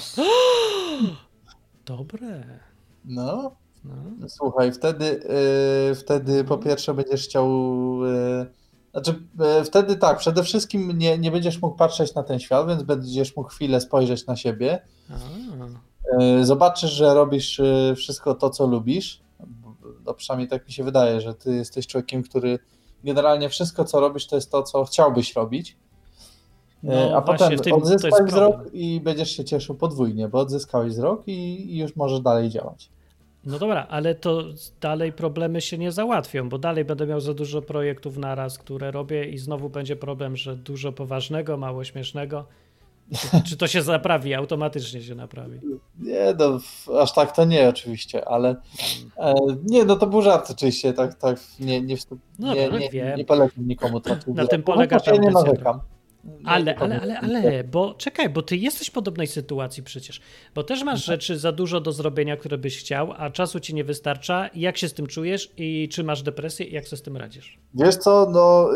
Dobre. No, No. słuchaj, wtedy, yy, wtedy po pierwsze będziesz chciał, yy, znaczy yy, wtedy tak, przede wszystkim nie, nie będziesz mógł patrzeć na ten świat, więc będziesz mógł chwilę spojrzeć na siebie. A. Yy, zobaczysz, że robisz yy, wszystko to, co lubisz. No, przynajmniej tak mi się wydaje, że ty jesteś człowiekiem, który generalnie wszystko, co robisz, to jest to, co chciałbyś robić. Yy, No a właśnie, potem w tym to jest odzyskaj wzrok problem. i będziesz się cieszył podwójnie, bo odzyskałeś wzrok i, i już możesz dalej działać. No dobra, ale to dalej problemy się nie załatwią, bo dalej będę miał za dużo projektów naraz, które robię i znowu będzie problem, że dużo poważnego, mało śmiesznego. Czy, czy to się naprawi, automatycznie się naprawi? Nie, no aż tak to nie oczywiście, ale e, nie, no to był żart oczywiście, tak, tak nie, nie, no, nie, no, nie, wiem. nie polecam nikomu takiego. Na tym polega ja nie ta narzekam. Ale, ale, ale, ale, bo czekaj, bo ty jesteś w podobnej sytuacji przecież, bo też masz rzeczy za dużo do zrobienia, które byś chciał, a czasu ci nie wystarcza. Jak się z tym czujesz i czy masz depresję i jak sobie z tym radzisz? Wiesz co, no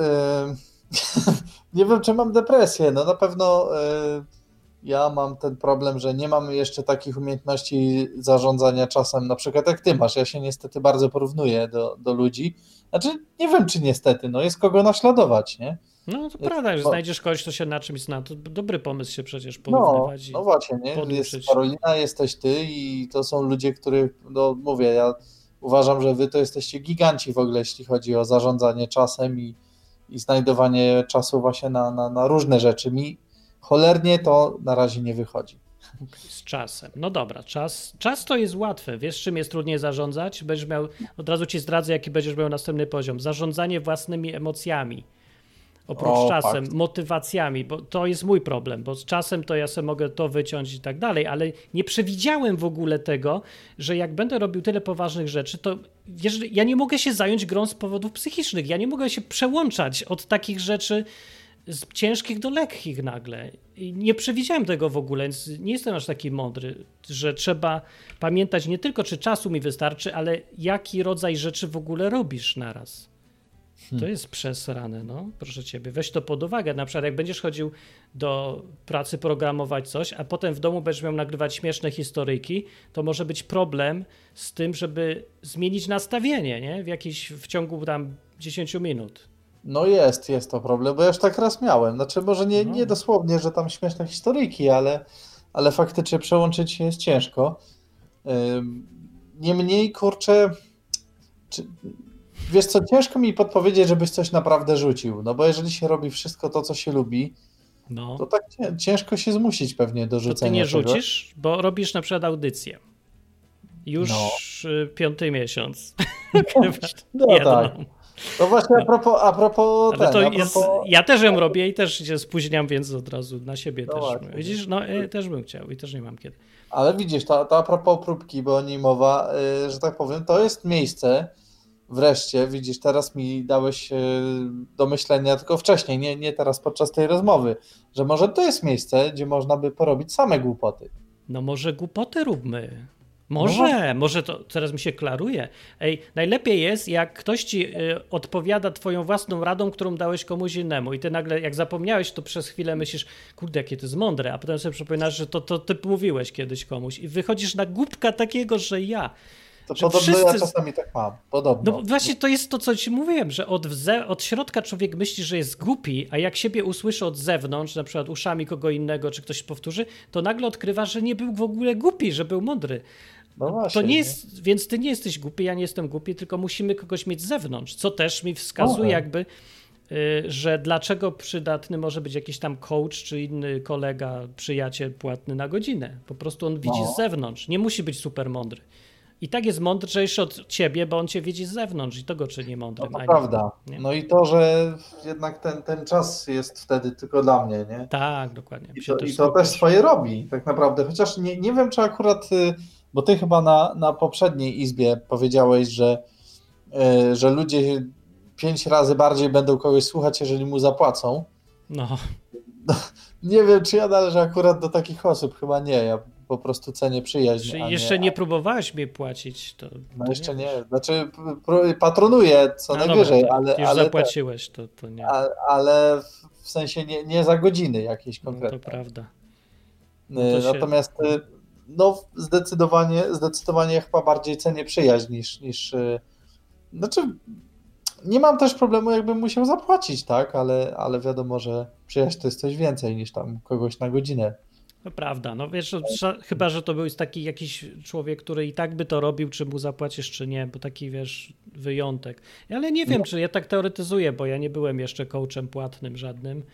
yy, nie wiem, czy mam depresję, no na pewno yy, ja mam ten problem, że nie mam jeszcze takich umiejętności zarządzania czasem, na przykład jak ty masz. Ja się niestety bardzo porównuję do, do ludzi, znaczy nie wiem, czy niestety, no jest kogo naśladować, nie? No to prawda, że no. znajdziesz kogoś, kto się na czymś zna, to dobry pomysł się przecież porównywać. No, no właśnie, nie? Podłuczyć. Jest Karolina, jesteś ty i to są ludzie, których, no mówię, ja uważam, że wy to jesteście giganci w ogóle, jeśli chodzi o zarządzanie czasem i, i znajdowanie czasu właśnie na, na, na różne rzeczy. Mi cholernie to na razie nie wychodzi. Z czasem. No dobra, czas, czas to jest łatwe. Wiesz, czym jest trudniej zarządzać? Będziesz miał, od razu ci zdradzę, jaki będziesz miał następny poziom. Zarządzanie własnymi emocjami. Oprócz O, czasem, fakt. motywacjami, bo to jest mój problem, bo z czasem to ja sobie mogę to wyciąć i tak dalej, ale nie przewidziałem w ogóle tego, że jak będę robił tyle poważnych rzeczy, to wiesz, ja nie mogę się zająć grą z powodów psychicznych, ja nie mogę się przełączać od takich rzeczy z ciężkich do lekkich nagle. I nie przewidziałem tego w ogóle, więc nie jestem aż taki mądry, że trzeba pamiętać nie tylko, czy czasu mi wystarczy, ale jaki rodzaj rzeczy w ogóle robisz naraz. To jest przesrane, no, proszę ciebie. Weź to pod uwagę. Na przykład jak będziesz chodził do pracy programować coś, a potem w domu będziesz miał nagrywać śmieszne historyjki, to może być problem z tym, żeby zmienić nastawienie, nie? W jakiś, w ciągu tam dziesięć minut. No jest, jest to problem, bo ja już tak raz miałem. Znaczy może nie, No. nie dosłownie, że tam śmieszne historyjki, ale, ale faktycznie przełączyć się jest ciężko. Ym, Niemniej, kurczę, czy, wiesz co, ciężko mi podpowiedzieć, żebyś coś naprawdę rzucił, no bo jeżeli się robi wszystko to, co się lubi, No. to tak ciężko się zmusić pewnie do To rzucenia ty nie czegoś. rzucisz, bo robisz na przykład audycję. Już No. piąty miesiąc. No Jedną. tak. No właśnie a propos, a propos Ale ten, to a jest, propos... ja też ją robię i też się spóźniam, więc od razu na siebie No też. właśnie. Widzisz, no ja też bym chciał i też nie mam kiedy. Ale widzisz, to, to a propos próbki, bo o niej mowa, yy, że tak powiem, to jest miejsce, wreszcie, widzisz, teraz mi dałeś yy, do myślenia, tylko wcześniej, nie, nie teraz podczas tej rozmowy, że może to jest miejsce, gdzie można by porobić same głupoty. No może głupoty róbmy. Może, No. może to teraz mi się klaruje. Ej, najlepiej jest, jak ktoś ci y, odpowiada twoją własną radą, którą dałeś komuś innemu i ty nagle, jak zapomniałeś, to przez chwilę myślisz, kurde, jakie to jest mądre, a potem sobie przypominasz, że to, to ty mówiłeś kiedyś komuś i wychodzisz na głupka takiego, że ja. To Że podobno wszyscy- ja czasami tak mam, podobno. No właśnie to jest to, co ci mówiłem, że od, wze- od środka człowiek myśli, że jest głupi, a jak siebie usłyszy od zewnątrz, na przykład uszami kogo innego, czy ktoś powtórzy, to nagle odkrywa, że nie był w ogóle głupi, że był mądry. No właśnie, To nie jest, więc ty nie jesteś głupi, ja nie jestem głupi, tylko musimy kogoś mieć z zewnątrz, co też mi wskazuje Może. jakby, y, że dlaczego przydatny może być jakiś tam coach, czy inny kolega, przyjaciel płatny na godzinę. Po prostu on widzi No. z zewnątrz, nie musi być super mądry. I tak jest mądrzejszy od ciebie, bo on cię widzi z zewnątrz i to go czyni No mądrym. to a nie- prawda. nie. No i to, że jednak ten, ten czas jest wtedy tylko dla mnie, nie? Tak, dokładnie. I Się to, i to skupiasz. też swoje robi, tak naprawdę. Chociaż nie, nie wiem, czy akurat, y, bo ty chyba na, na poprzedniej izbie powiedziałeś, że, y, że ludzie pięć razy bardziej będą kogoś słuchać, jeżeli mu zapłacą. No, Nie wiem, czy ja należę akurat do takich osób, chyba nie. Ja po prostu cenię przyjaźń. czy a jeszcze nie, nie próbować mnie płacić, to... No to jeszcze nie. wiesz. Znaczy pr- patronuję co No najwyżej, dobra, to ale, już ale, zapłaciłeś, to, to nie. te, a, ale w sensie nie, nie za godziny jakieś No, konkretne. to prawda. Y, No to się- Natomiast y, no zdecydowanie, zdecydowanie chyba bardziej cenię przyjaźń niż, niż y, znaczy nie mam też problemu, jakbym musiał zapłacić, tak, ale, ale wiadomo, że przyjaźń to jest coś więcej niż tam kogoś na godzinę. To prawda, no wiesz, trza- chyba, że to był taki jakiś człowiek, który i tak by to robił, czy mu zapłacisz, czy nie, bo taki, wiesz, wyjątek. Ale nie wiem, No. czy ja tak teoretyzuję, bo ja nie byłem jeszcze coachem płatnym żadnym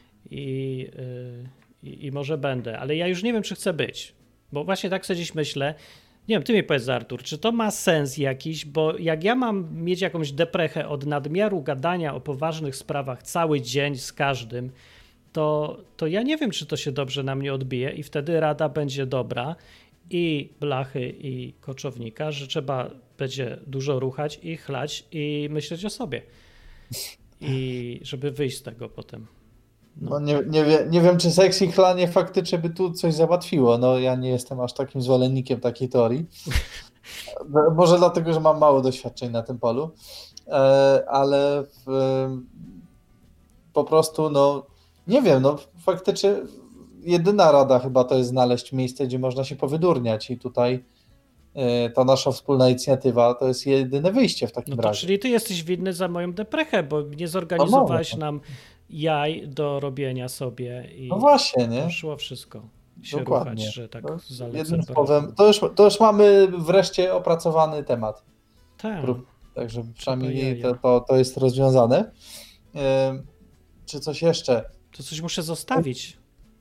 i, yy, i, i może będę, ale ja już nie wiem, czy chcę być, bo właśnie tak sobie dziś myślę. Nie wiem, ty mi powiedz, Artur, czy to ma sens jakiś, bo jak ja mam mieć jakąś deprechę od nadmiaru gadania o poważnych sprawach cały dzień z każdym, to, to ja nie wiem, czy to się dobrze na mnie odbije i wtedy rada będzie dobra i Blachy, i Koczownika, że trzeba będzie dużo ruchać i chlać i myśleć o sobie. I żeby wyjść z tego potem. No, no nie, nie, wie, nie wiem, czy seks i chlanie faktycznie by tu coś załatwiło. No ja nie jestem aż takim zwolennikiem takiej teorii. Może dlatego, że mam mało doświadczeń na tym polu. Ale w, po prostu, no nie wiem, no faktycznie jedyna rada chyba to jest znaleźć miejsce, gdzie można się powydurniać i tutaj ta nasza wspólna inicjatywa to jest jedyne wyjście w takim no to razie. Czyli ty jesteś winny za moją deprechę, bo nie zorganizowałeś no, nam jaj do robienia sobie i no właśnie, nie? poszło wszystko się Dokładnie. ruchać, że tak no, zalecę. Jednym słowem, to już, to już mamy wreszcie opracowany temat. Tak. Także przynajmniej to, to, to jest rozwiązane. Yy, czy coś jeszcze? To coś muszę zostawić.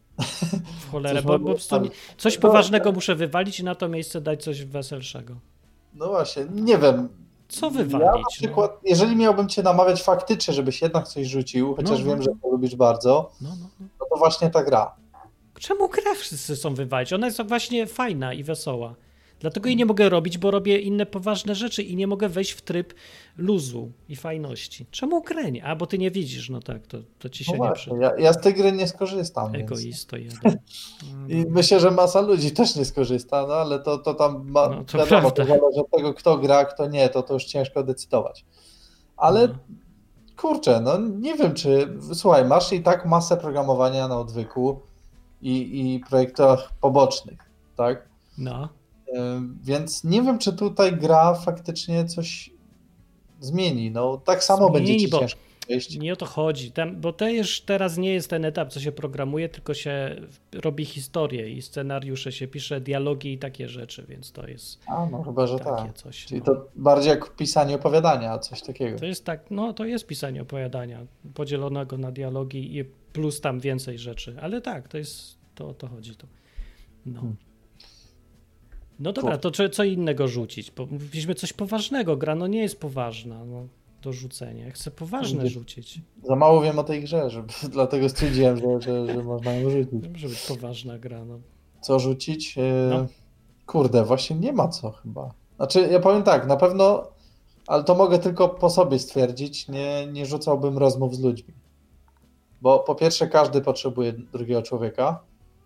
W cholerę, coś bo, bo nie, coś poważnego muszę wywalić i na to miejsce dać coś weselszego. No właśnie, nie wiem. Co wywalić? Ja na przykład, no? Jeżeli miałbym cię namawiać faktycznie, żebyś jednak coś rzucił, chociaż no, wiem, no. że to lubisz bardzo, no, no, no. no to właśnie ta gra. Czemu grę wszyscy chcą wywalić? Ona jest właśnie fajna i wesoła. Dlatego jej nie mogę robić, bo robię inne poważne rzeczy i nie mogę wejść w tryb luzu i fajności. Czemu grę nie? A, bo ty nie widzisz, no tak, to, to ci się no nie przyda. przyda. Ja, ja z tej gry nie skorzystam. Egoisto więc... jeden. I myślę, że masa ludzi też nie skorzysta, no ale to, to tam ma, no, to wiadomo, to zależy od tego, kto gra, kto nie, to, to już ciężko decydować. Ale no. kurczę, no nie wiem, czy słuchaj, masz i tak masę programowania na odwyku i, i projektach pobocznych, tak? No. Więc nie wiem, czy tutaj gra faktycznie coś zmieni. No tak samo zmieni, będzie ci ciężko wejść. Nie o to chodzi, Tam, bo to już teraz nie jest ten etap, co się programuje, tylko się robi historię i scenariusze się pisze, dialogi i takie rzeczy, więc to jest A no chyba, że tak. Coś, Czyli no. to bardziej jak pisanie opowiadania, coś takiego. To jest tak, no to jest pisanie opowiadania, podzielonego na dialogi i plus tam więcej rzeczy, ale tak, to jest, to o to chodzi. To. No. Hmm. No dobra, to co innego rzucić? Bo mówiliśmy coś poważnego, gra no nie jest poważna no, do rzucenia. Ja chcę poważne Gdzie? rzucić. Za mało wiem o tej grze, żeby, dlatego stwierdziłem, że, że, że można ją rzucić. Może być poważna gra. No. Co rzucić? No. Kurde, właśnie nie ma co chyba. Znaczy ja powiem tak, na pewno, ale to mogę tylko po sobie stwierdzić, nie, nie rzucałbym rozmów z ludźmi. Bo po pierwsze każdy potrzebuje drugiego człowieka.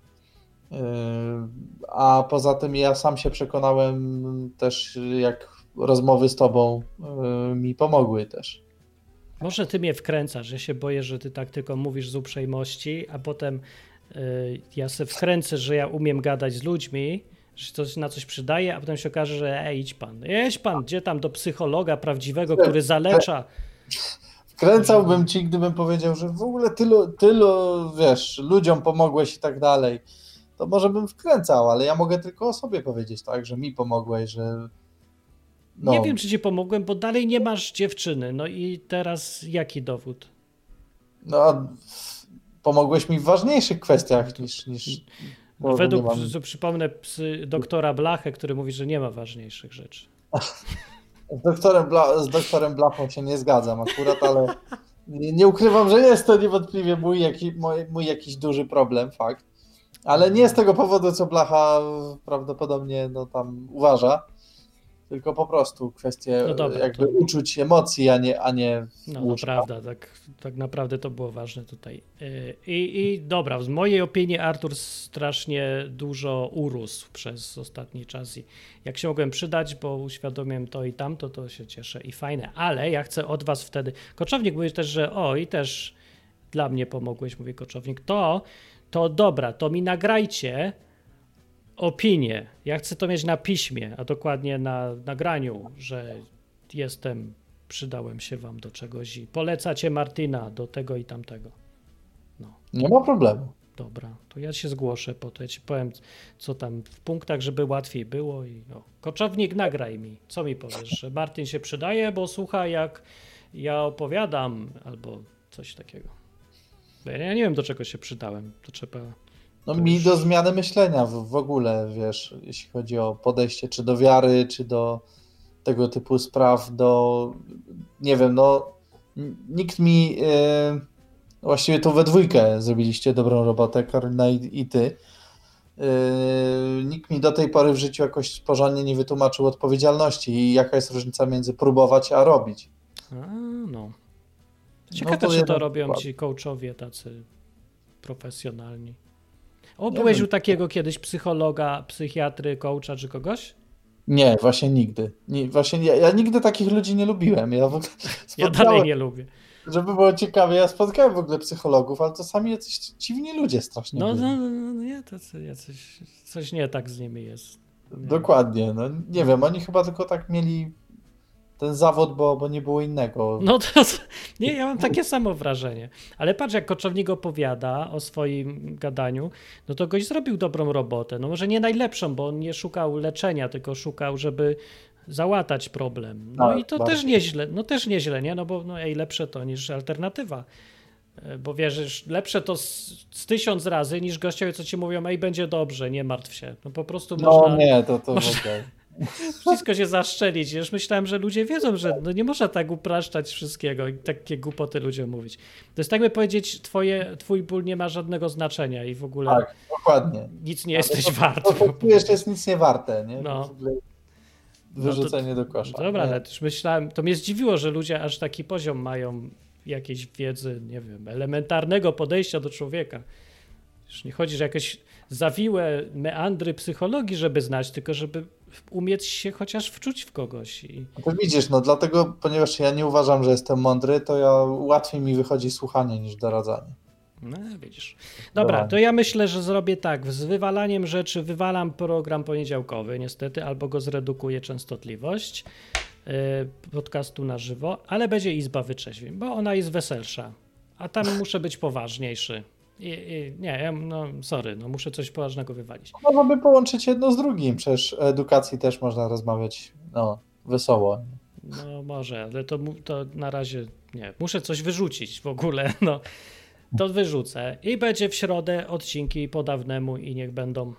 A poza tym ja sam się przekonałem też, jak rozmowy z tobą mi pomogły też. Może ty mnie wkręcasz, ja się boję, że ty tak tylko mówisz z uprzejmości, a potem ja se wkręcę, że ja umiem gadać z ludźmi, że to na coś przydaje, a potem się okaże, że ej, idź pan, idź pan, gdzie tam do psychologa prawdziwego, który zalecza. Wkręcałbym ci, gdybym powiedział, że w ogóle tylu, tylu wiesz, ludziom pomogłeś i tak dalej. To może bym wkręcał, ale ja mogę tylko o sobie powiedzieć, tak, że mi pomogłeś, że... No. Nie wiem, czy ci pomogłem, bo dalej nie masz dziewczyny, no i teraz jaki dowód? No, pomogłeś mi w ważniejszych kwestiach niż... niż no, według, mam... przypomnę, doktora Blachę, który mówi, że nie ma ważniejszych rzeczy. Z doktorem, Bla... z doktorem Blachą się nie zgadzam akurat, ale nie, nie ukrywam, że jest to niewątpliwie mój, jaki, mój, mój jakiś duży problem, fakt. Ale nie z tego powodu, co Blacha prawdopodobnie no, tam uważa, tylko po prostu kwestie no dobra, jakby to... uczuć emocji, a nie a nie No to prawda, tak, tak naprawdę to było ważne tutaj. I, I dobra, z mojej opinii Artur strasznie dużo urósł przez ostatni czas i jak się mogłem przydać, bo uświadomiłem to i tamto, to się cieszę i fajne, ale ja chcę od was wtedy, Koczownik mówi też, że o i też dla mnie pomogłeś, mówi Koczownik, to to dobra, to mi nagrajcie opinię. Ja chcę to mieć na piśmie, a dokładnie na nagraniu, że jestem, przydałem się wam do czegoś i polecacie Martina do tego i tamtego. No. Nie ma problemu. Dobra, to ja się zgłoszę, po to ja ci powiem, co tam w punktach, żeby łatwiej było i o. Koczownik, nagraj mi. Co mi powiesz, że Martin się przydaje, bo słucha jak ja opowiadam, albo coś takiego. Ja nie wiem, do czego się przydałem. To trzeba... No mi już... do zmiany myślenia w, w ogóle, wiesz, jeśli chodzi o podejście czy do wiary, czy do tego typu spraw, do... Nie wiem, no nikt mi... Yy, Właściwie to we dwójkę zrobiliście dobrą robotę, Karolina i, i ty. Yy, nikt mi do tej pory w życiu jakoś porządnie nie wytłumaczył odpowiedzialności i jaka jest różnica między próbować a robić. A, no. Ciekawe, no to czy to robią przykład. Ci coachowie tacy profesjonalni. O, nie byłeś wiem. u takiego kiedyś psychologa, psychiatry, coacha czy kogoś? Nie, właśnie nigdy. Nie, właśnie ja, ja nigdy takich ludzi nie lubiłem. Ja, w ogóle ja dalej nie lubię. Żeby było ciekawie, ja spotkałem w ogóle psychologów, ale to sami jacyś dziwni ludzie strasznie No, byli. no, no, no nie, to coś, coś nie tak z nimi jest. Nie. Dokładnie, no nie wiem, oni chyba tylko tak mieli ten zawód, bo, bo nie było innego. No to, nie, ja mam takie samo wrażenie. Ale patrz, jak Koczownik opowiada o swoim gadaniu, no to goś zrobił dobrą robotę. No może nie najlepszą, bo on nie szukał leczenia, tylko szukał, żeby załatać problem. No tak, i to bardzo. też nieźle, no też nieźle, nie? No bo no, ej, lepsze to niż alternatywa. Bo wierzysz, lepsze to z, z tysiąc razy niż gościowie, co ci mówią, ej, będzie dobrze, nie martw się. No po prostu no można... nie, to, to można... w ogóle. Wszystko się zaszczelić. Już myślałem, że ludzie wiedzą, że no nie można tak upraszczać wszystkiego i takie głupoty ludziom mówić. To jest tak, by powiedzieć, twoje, twój ból nie ma żadnego znaczenia i w ogóle tak, dokładnie. nic nie jesteś to, wart. To, to, to jeszcze jest nic nie warte, nie? No. W ogóle wyrzucenie no to, do kosza. Dobra, nie? ale też myślałem, to mnie zdziwiło, że ludzie aż taki poziom mają jakiejś wiedzy, nie wiem, elementarnego podejścia do człowieka. Już nie chodzi, że jakieś zawiłe meandry psychologii, żeby znać, tylko żeby umieć się chociaż wczuć w kogoś. I... To widzisz, no dlatego, ponieważ ja nie uważam, że jestem mądry, to ja łatwiej mi wychodzi słuchanie niż doradzanie. No widzisz. Dobra, to ja myślę, że zrobię tak. Z wywalaniem rzeczy wywalam program poniedziałkowy niestety, albo go zredukuję częstotliwość yy, podcastu na żywo, ale będzie Izba Wyczeźwień, bo ona jest weselsza, a tam muszę być poważniejszy. I, i, nie, ja, no sorry, no muszę coś poważnego wywalić. Można by połączyć jedno z drugim, przecież o edukacji też można rozmawiać no, wesoło. No może, ale to, to na razie nie. Muszę coś wyrzucić w ogóle, no. To wyrzucę i będzie w środę odcinki po dawnemu i niech będą,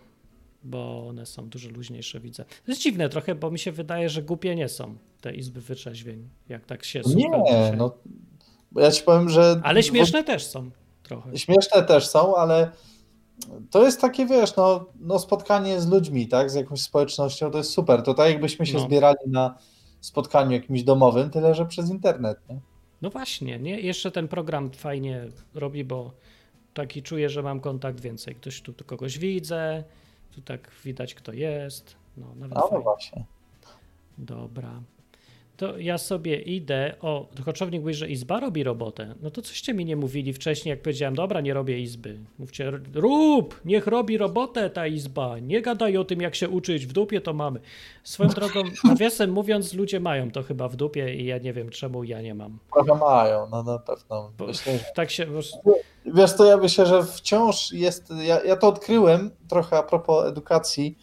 bo one są dużo luźniejsze, widzę. To jest dziwne trochę, bo mi się wydaje, że głupie nie są te Izby Wyczeźwień, jak tak się słucha. Nie, dzisiaj. no ja ci powiem, że... Ale śmieszne też są trochę. Śmieszne też są, ale to jest takie, wiesz, no, no spotkanie z ludźmi, tak, z jakąś społecznością, to jest super. To tak jakbyśmy się No. zbierali na spotkaniu jakimś domowym, tyle że przez internet, nie? No właśnie, nie? Jeszcze ten program fajnie robi, bo taki czuję, że mam kontakt więcej. Ktoś tu, tu kogoś widzę, tu tak widać kto jest. No, nawet No, no fajnie. właśnie. Dobra. To ja sobie idę. O, Koczownik mówi, że Izba robi robotę. No to coście mi nie mówili wcześniej, jak powiedziałem, dobra, nie robię Izby. Mówcie, rób, niech robi robotę ta Izba. Nie gadaj o tym, jak się uczyć, w dupie to mamy. Swoją drogą, nawiasem mówiąc, ludzie mają to chyba w dupie i ja nie wiem, czemu ja nie mam. Trochę mają, no na pewno. Bo Myślę, że... tak się... Wiesz, to ja myślę, że wciąż jest, ja, ja to odkryłem trochę a propos edukacji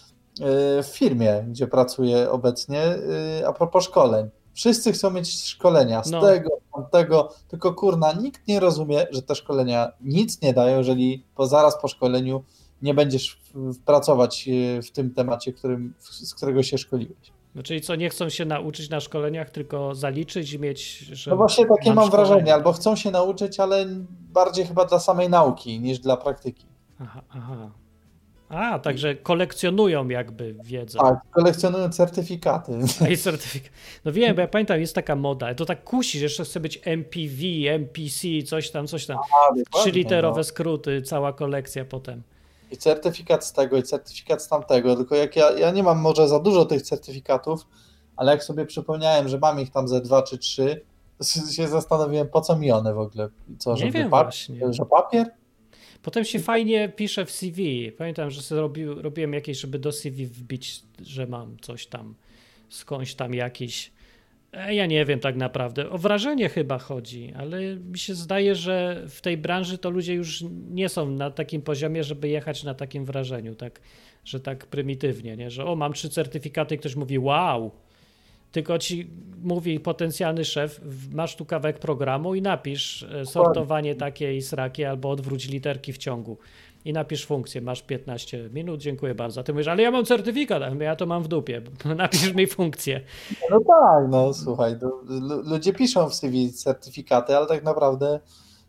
w firmie, gdzie pracuję obecnie, a propos szkoleń. Wszyscy chcą mieć szkolenia z No. tego, tamtego, tylko kurna, nikt nie rozumie, że te szkolenia nic nie dają, jeżeli po, zaraz po szkoleniu nie będziesz w, pracować w tym temacie, którym, z którego się szkoliłeś. No czyli co, nie chcą się nauczyć na szkoleniach, tylko zaliczyć i mieć... Że No właśnie takie mam szkolenie. wrażenie, albo chcą się nauczyć, ale bardziej chyba dla samej nauki niż dla praktyki. Aha, aha. A, także kolekcjonują jakby wiedzę. Tak, kolekcjonują certyfikaty. A i certyfikat. No wiem, bo ja pamiętam, jest taka moda. To tak kusi, że jeszcze chce być M P V, M P C, coś tam, coś tam. Trzyliterowe no. skróty, cała kolekcja potem. I certyfikat z tego, i certyfikat z tamtego. Tylko jak ja, ja nie mam może za dużo tych certyfikatów, ale jak sobie przypomniałem, że mam ich tam ze dwa czy trzy, to się zastanowiłem, po co mi one w ogóle. Co, Nie żeby wiem papier, właśnie. że papier? Potem się fajnie pisze w C V. Pamiętam, że sobie robi, robiłem jakieś, żeby do C V wbić, że mam coś tam, skądś tam jakiś. E, ja nie wiem tak naprawdę. O wrażenie chyba chodzi, ale mi się zdaje, że w tej branży to ludzie już nie są na takim poziomie, żeby jechać na takim wrażeniu, tak, że tak prymitywnie, nie? Że o, mam trzy certyfikaty i ktoś mówi wow. Tylko ci mówi potencjalny szef, masz tu kawałek programu i napisz sortowanie takie i srakie, albo odwróć literki w ciągu i napisz funkcję, masz piętnaście minut, dziękuję bardzo. A ty mówisz, ale ja mam certyfikat, a ja to mam w dupie, napisz mi funkcję. No tak, no słuchaj, to, ludzie piszą w C V certyfikaty, ale tak naprawdę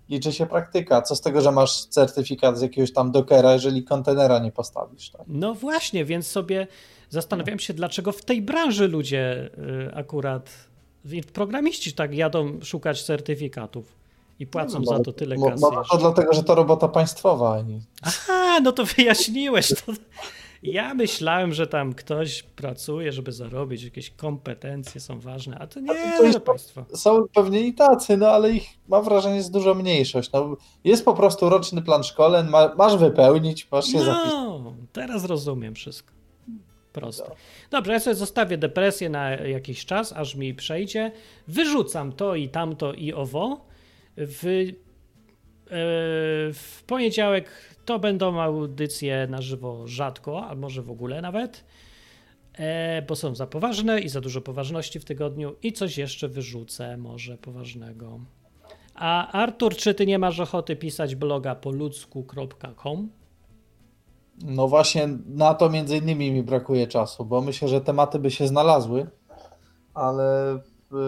liczy się praktyka. Co z tego, że masz certyfikat z jakiegoś tam Dockera, jeżeli kontenera nie postawisz, tak? No właśnie, więc sobie zastanawiam się, dlaczego w tej branży ludzie akurat, programiści tak jadą szukać certyfikatów i płacą no, za to tyle kasy. No to dlatego, że to robota państwowa. Nie? Aha, no to wyjaśniłeś to. Ja myślałem, że tam ktoś pracuje, żeby zarobić, jakieś kompetencje są ważne, a to nie a to jest państwo. Są pewnie i tacy, no ale ich, mam wrażenie, jest dużo mniejszość. No, jest po prostu roczny plan szkoleń, ma, masz wypełnić, masz się no, zapisać. No, teraz rozumiem wszystko. Proste. Dobrze, ja sobie zostawię depresję na jakiś czas, aż mi przejdzie. Wyrzucam to i tamto i owo. W, w poniedziałek to będą audycje na żywo rzadko, a może w ogóle nawet, bo są za poważne i za dużo poważności w tygodniu i coś jeszcze wyrzucę może poważnego. A Artur, czy ty nie masz ochoty pisać bloga po ludzku kropka com? No właśnie na to między innymi mi brakuje czasu, bo myślę, że tematy by się znalazły, ale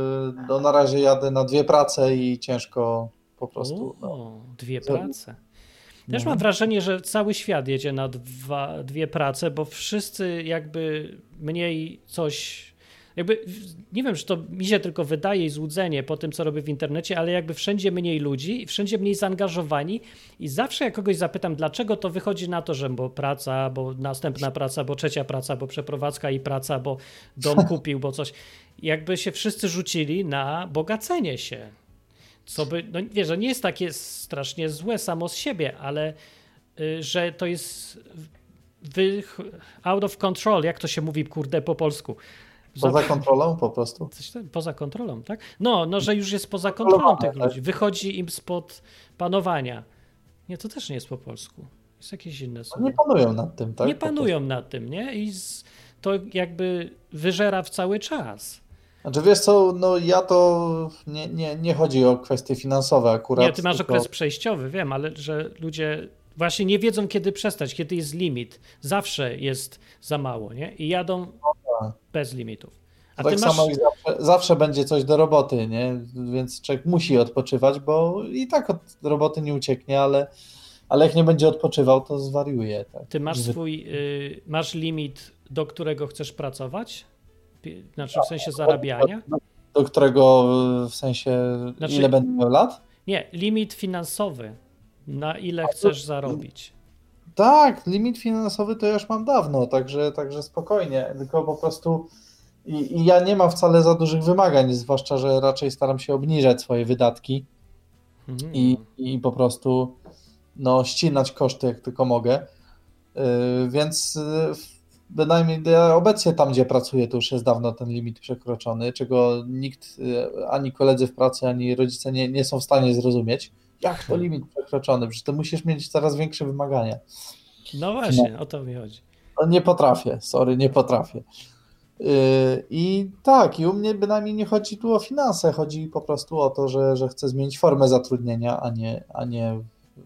no na razie jadę na dwie prace i ciężko po prostu. O, no. Dwie prace. Też mam wrażenie, że cały świat jedzie na dwa, dwie prace, bo wszyscy jakby mniej coś, jakby nie wiem, czy to mi się tylko wydaje i złudzenie po tym, co robię w internecie, ale jakby wszędzie mniej ludzi, wszędzie mniej zaangażowani i zawsze jak kogoś zapytam, dlaczego, to wychodzi na to, że bo praca, bo następna praca, bo trzecia praca, bo przeprowadzka i praca, bo dom kupił, bo coś. Jakby się wszyscy rzucili na bogacenie się. Co by, no wiesz, że nie jest takie strasznie złe samo z siebie, ale y, że to jest wy, out of control, jak to się mówi, kurde, po polsku. Poza kontrolą po prostu. Coś tam, poza kontrolą, tak? No, no, że już jest poza kontrolą tych ludzi. Wychodzi im spod panowania. Nie, to też nie jest po polsku. Jest jakieś inne słowo. Nie panują nad tym, tak? Nie panują nad tym, nie? I z, to jakby wyżera w cały czas. Znaczy wiesz co, no ja to nie, nie, nie chodzi o kwestie finansowe akurat. Nie, ty masz tylko... okres przejściowy, wiem, ale że ludzie właśnie nie wiedzą, kiedy przestać, kiedy jest limit. Zawsze jest za mało, nie? I jadą no, bez limitów. A tak ty samo masz... jak zawsze, zawsze będzie coś do roboty, nie? Więc człowiek musi odpoczywać, bo i tak od roboty nie ucieknie, ale, ale jak nie będzie odpoczywał, to zwariuje. Tak? Ty masz swój, y, masz limit, do którego chcesz pracować? Znaczy w sensie zarabiania? Do, do którego w sensie znaczy, ile będę miał lat? Nie, limit finansowy. Na ile chcesz zarobić? Tak, limit finansowy to ja już mam dawno, także, także spokojnie, tylko po prostu i, i ja nie mam wcale za dużych wymagań, zwłaszcza, że raczej staram się obniżać swoje wydatki mhm. i, i po prostu no, ścinać koszty jak tylko mogę, yy, więc yy, bynajmniej ja obecnie tam, gdzie pracuję, to już jest dawno ten limit przekroczony, czego nikt, ani koledzy w pracy, ani rodzice nie, nie są w stanie zrozumieć. Jak to limit przekroczony? Przecież ty musisz mieć coraz większe wymagania. No właśnie, no, o to mi chodzi. No nie potrafię, sorry, nie potrafię. Yy, I tak, i u mnie bynajmniej nie chodzi tu o finanse, chodzi po prostu o to, że, że chcę zmienić formę zatrudnienia, a nie... A nie...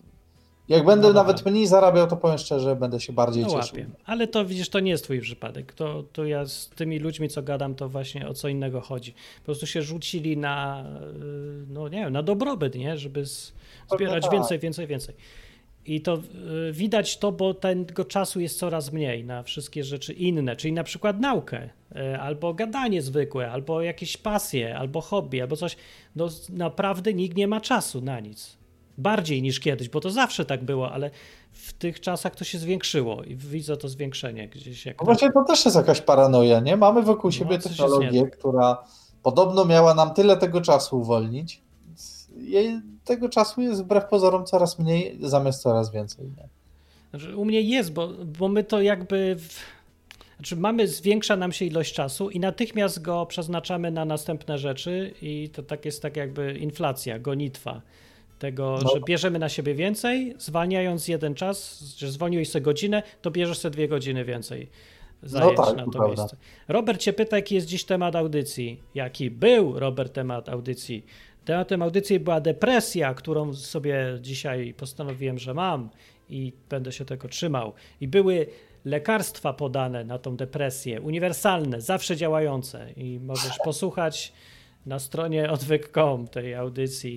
Jak będę no nawet mniej zarabiał, to powiem szczerze, będę się bardziej no cieszył. Łapię. Ale to widzisz, to nie jest twój przypadek. To, to ja z tymi ludźmi, co gadam, to właśnie o co innego chodzi. Po prostu się rzucili na, no nie wiem, na dobrobyt, nie? Żeby zbierać tak. więcej, więcej, więcej. I to y, widać to, bo tego czasu jest coraz mniej na wszystkie rzeczy inne, czyli na przykład naukę, y, albo gadanie zwykłe, albo jakieś pasje, albo hobby, albo coś. No naprawdę nikt nie ma czasu na nic. Bardziej niż kiedyś, bo to zawsze tak było, ale w tych czasach to się zwiększyło i widzę to zwiększenie gdzieś. Jak no właśnie to też jest jakaś paranoja, nie? Mamy wokół siebie no, technologię, która podobno miała nam tyle tego czasu uwolnić. Jej tego czasu jest wbrew pozorom coraz mniej, zamiast coraz więcej. Nie? Znaczy, u mnie jest, bo, bo my to jakby... W... Znaczy mamy, zwiększa nam się ilość czasu i natychmiast go przeznaczamy na następne rzeczy i to tak jest tak jakby inflacja, gonitwa. Tego, no. że bierzemy na siebie więcej, zwalniając jeden czas, że zwolniłeś sobie godzinę, to bierzesz sobie dwie godziny więcej zajęć no tak, na to prawda. Miejsce. Robert cię pyta, jaki jest dziś temat audycji. Jaki był, Robert, temat audycji? Tematem audycji była depresja, którą sobie dzisiaj postanowiłem, że mam i będę się tego trzymał. I były lekarstwa podane na tą depresję, uniwersalne, zawsze działające i możesz posłuchać na stronie odwyk kropka com tej audycji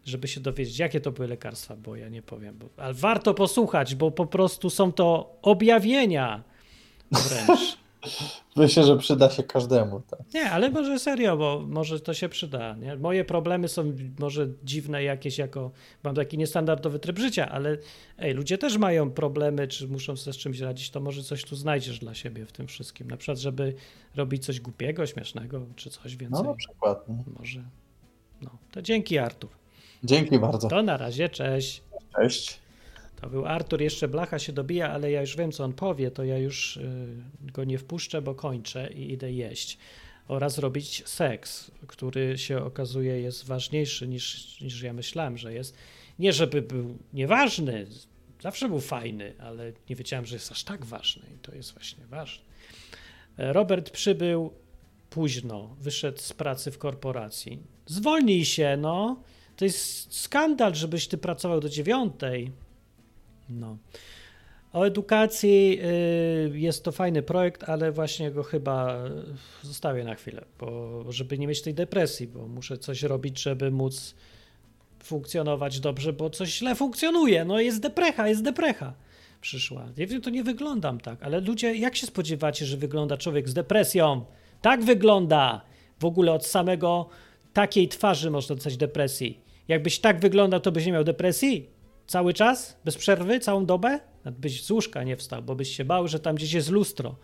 żeby się dowiedzieć, jakie to były lekarstwa, bo ja nie powiem. Bo, ale warto posłuchać, bo po prostu są to objawienia wręcz. Myślę, że przyda się każdemu. Tak. Nie, ale może serio, bo może to się przyda. Nie? Moje problemy są może dziwne jakieś jako, mam taki niestandardowy tryb życia, ale ej, ludzie też mają problemy, czy muszą sobie z czymś radzić, to może coś tu znajdziesz dla siebie w tym wszystkim. Na przykład, żeby robić coś głupiego, śmiesznego, czy coś więcej. No na przykład. Nie? Może. No, to dzięki, Artur. Dzięki bardzo. To na razie, cześć. Cześć. To był Artur, jeszcze Blacha się dobija, ale ja już wiem, co on powie, to ja już y, go nie wpuszczę, bo kończę i idę jeść. Oraz robić seks, który się okazuje jest ważniejszy niż, niż ja myślałem, że jest. Nie, żeby był nieważny, zawsze był fajny, ale nie wiedziałem, że jest aż tak ważny i to jest właśnie ważne. Robert przybył późno, wyszedł z pracy w korporacji. Zwolnij się, no. To jest skandal, żebyś ty pracował do dziewiątej. No. O edukacji y, jest to fajny projekt, ale właśnie go chyba zostawię na chwilę, bo żeby nie mieć tej depresji, bo muszę coś robić, żeby móc funkcjonować dobrze, bo coś źle funkcjonuje. No jest deprecha, jest deprecha przyszła. Ja wiem, to nie wyglądam tak, ale ludzie, jak się spodziewacie, że wygląda człowiek z depresją? Tak wygląda. W ogóle od samego takiej twarzy można dostać depresji. Jakbyś tak wyglądał, to byś nie miał depresji? Cały czas? Bez przerwy? Całą dobę? Nawet byś z łóżka nie wstał, bo byś się bał, że tam gdzieś jest lustro.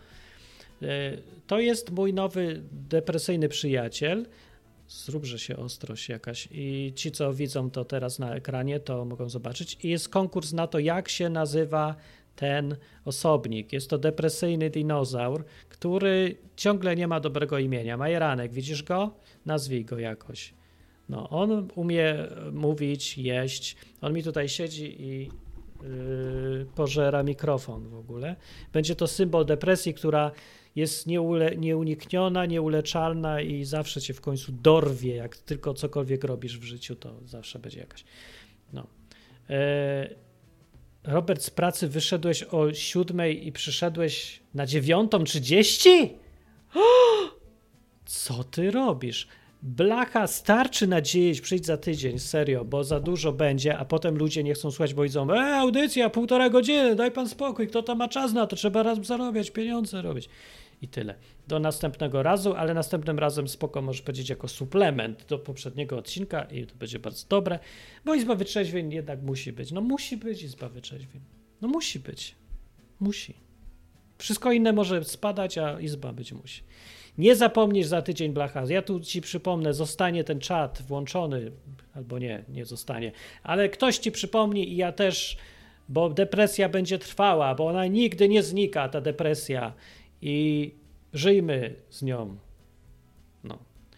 To jest mój nowy depresyjny przyjaciel. Zróbże się ostrość jakaś. I ci, co widzą to teraz na ekranie, to mogą zobaczyć. I jest konkurs na to, jak się nazywa ten osobnik. Jest to depresyjny dinozaur, który ciągle nie ma dobrego imienia. Majeranek, widzisz go? Nazwij go jakoś. No, on umie mówić, jeść. On mi tutaj siedzi i yy, pożera mikrofon w ogóle. Będzie to symbol depresji, która jest nieule, nieunikniona, nieuleczalna i zawsze cię w końcu dorwie. Jak tylko cokolwiek robisz w życiu, to zawsze będzie jakaś. No. Yy, Robert, z pracy wyszedłeś o siódmej i przyszedłeś na dziewiątą trzydzieści? Co ty robisz? Blacha, starczy nadziei, przyjdź za tydzień, serio, bo za dużo będzie, a potem ludzie nie chcą słuchać, bo widzą, e, audycja, półtora godziny, daj pan spokój, kto tam ma czas na to, trzeba raz zarabiać, pieniądze robić i tyle. Do następnego razu, ale następnym razem spoko możesz powiedzieć jako suplement do poprzedniego odcinka i to będzie bardzo dobre, bo Izba Wytrzeźwień jednak musi być, no musi być Izba Wytrzeźwień, no musi być, musi. Wszystko inne może spadać, a Izba być musi. Nie zapomnisz za tydzień, Blacha. Ja tu ci przypomnę, zostanie ten czat włączony, albo nie, nie zostanie, ale ktoś ci przypomni i ja też, bo depresja będzie trwała, bo ona nigdy nie znika, ta depresja i żyjmy z nią. No.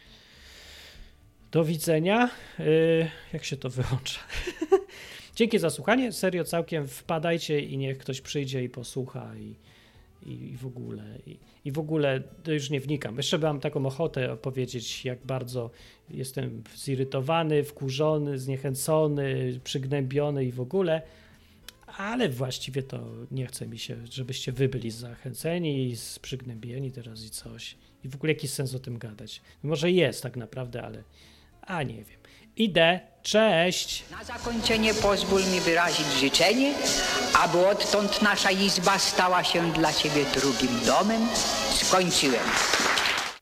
Do widzenia. Yy, jak się to wyłącza? Dzięki za słuchanie. Serio, całkiem wpadajcie i niech ktoś przyjdzie i posłucha i I w ogóle, i, i w ogóle to już nie wnikam. Jeszcze mam taką ochotę opowiedzieć, jak bardzo jestem zirytowany, wkurzony, zniechęcony, przygnębiony i w ogóle, ale właściwie to nie chce mi się, żebyście wy byli zachęceni i przygnębieni teraz i coś. I w ogóle jakiś sens o tym gadać. Może jest tak naprawdę, ale a nie wiem. Idę. Cześć! Na zakończenie pozwól mi wyrazić życzenie, aby odtąd nasza izba stała się dla ciebie drugim domem. Skończyłem.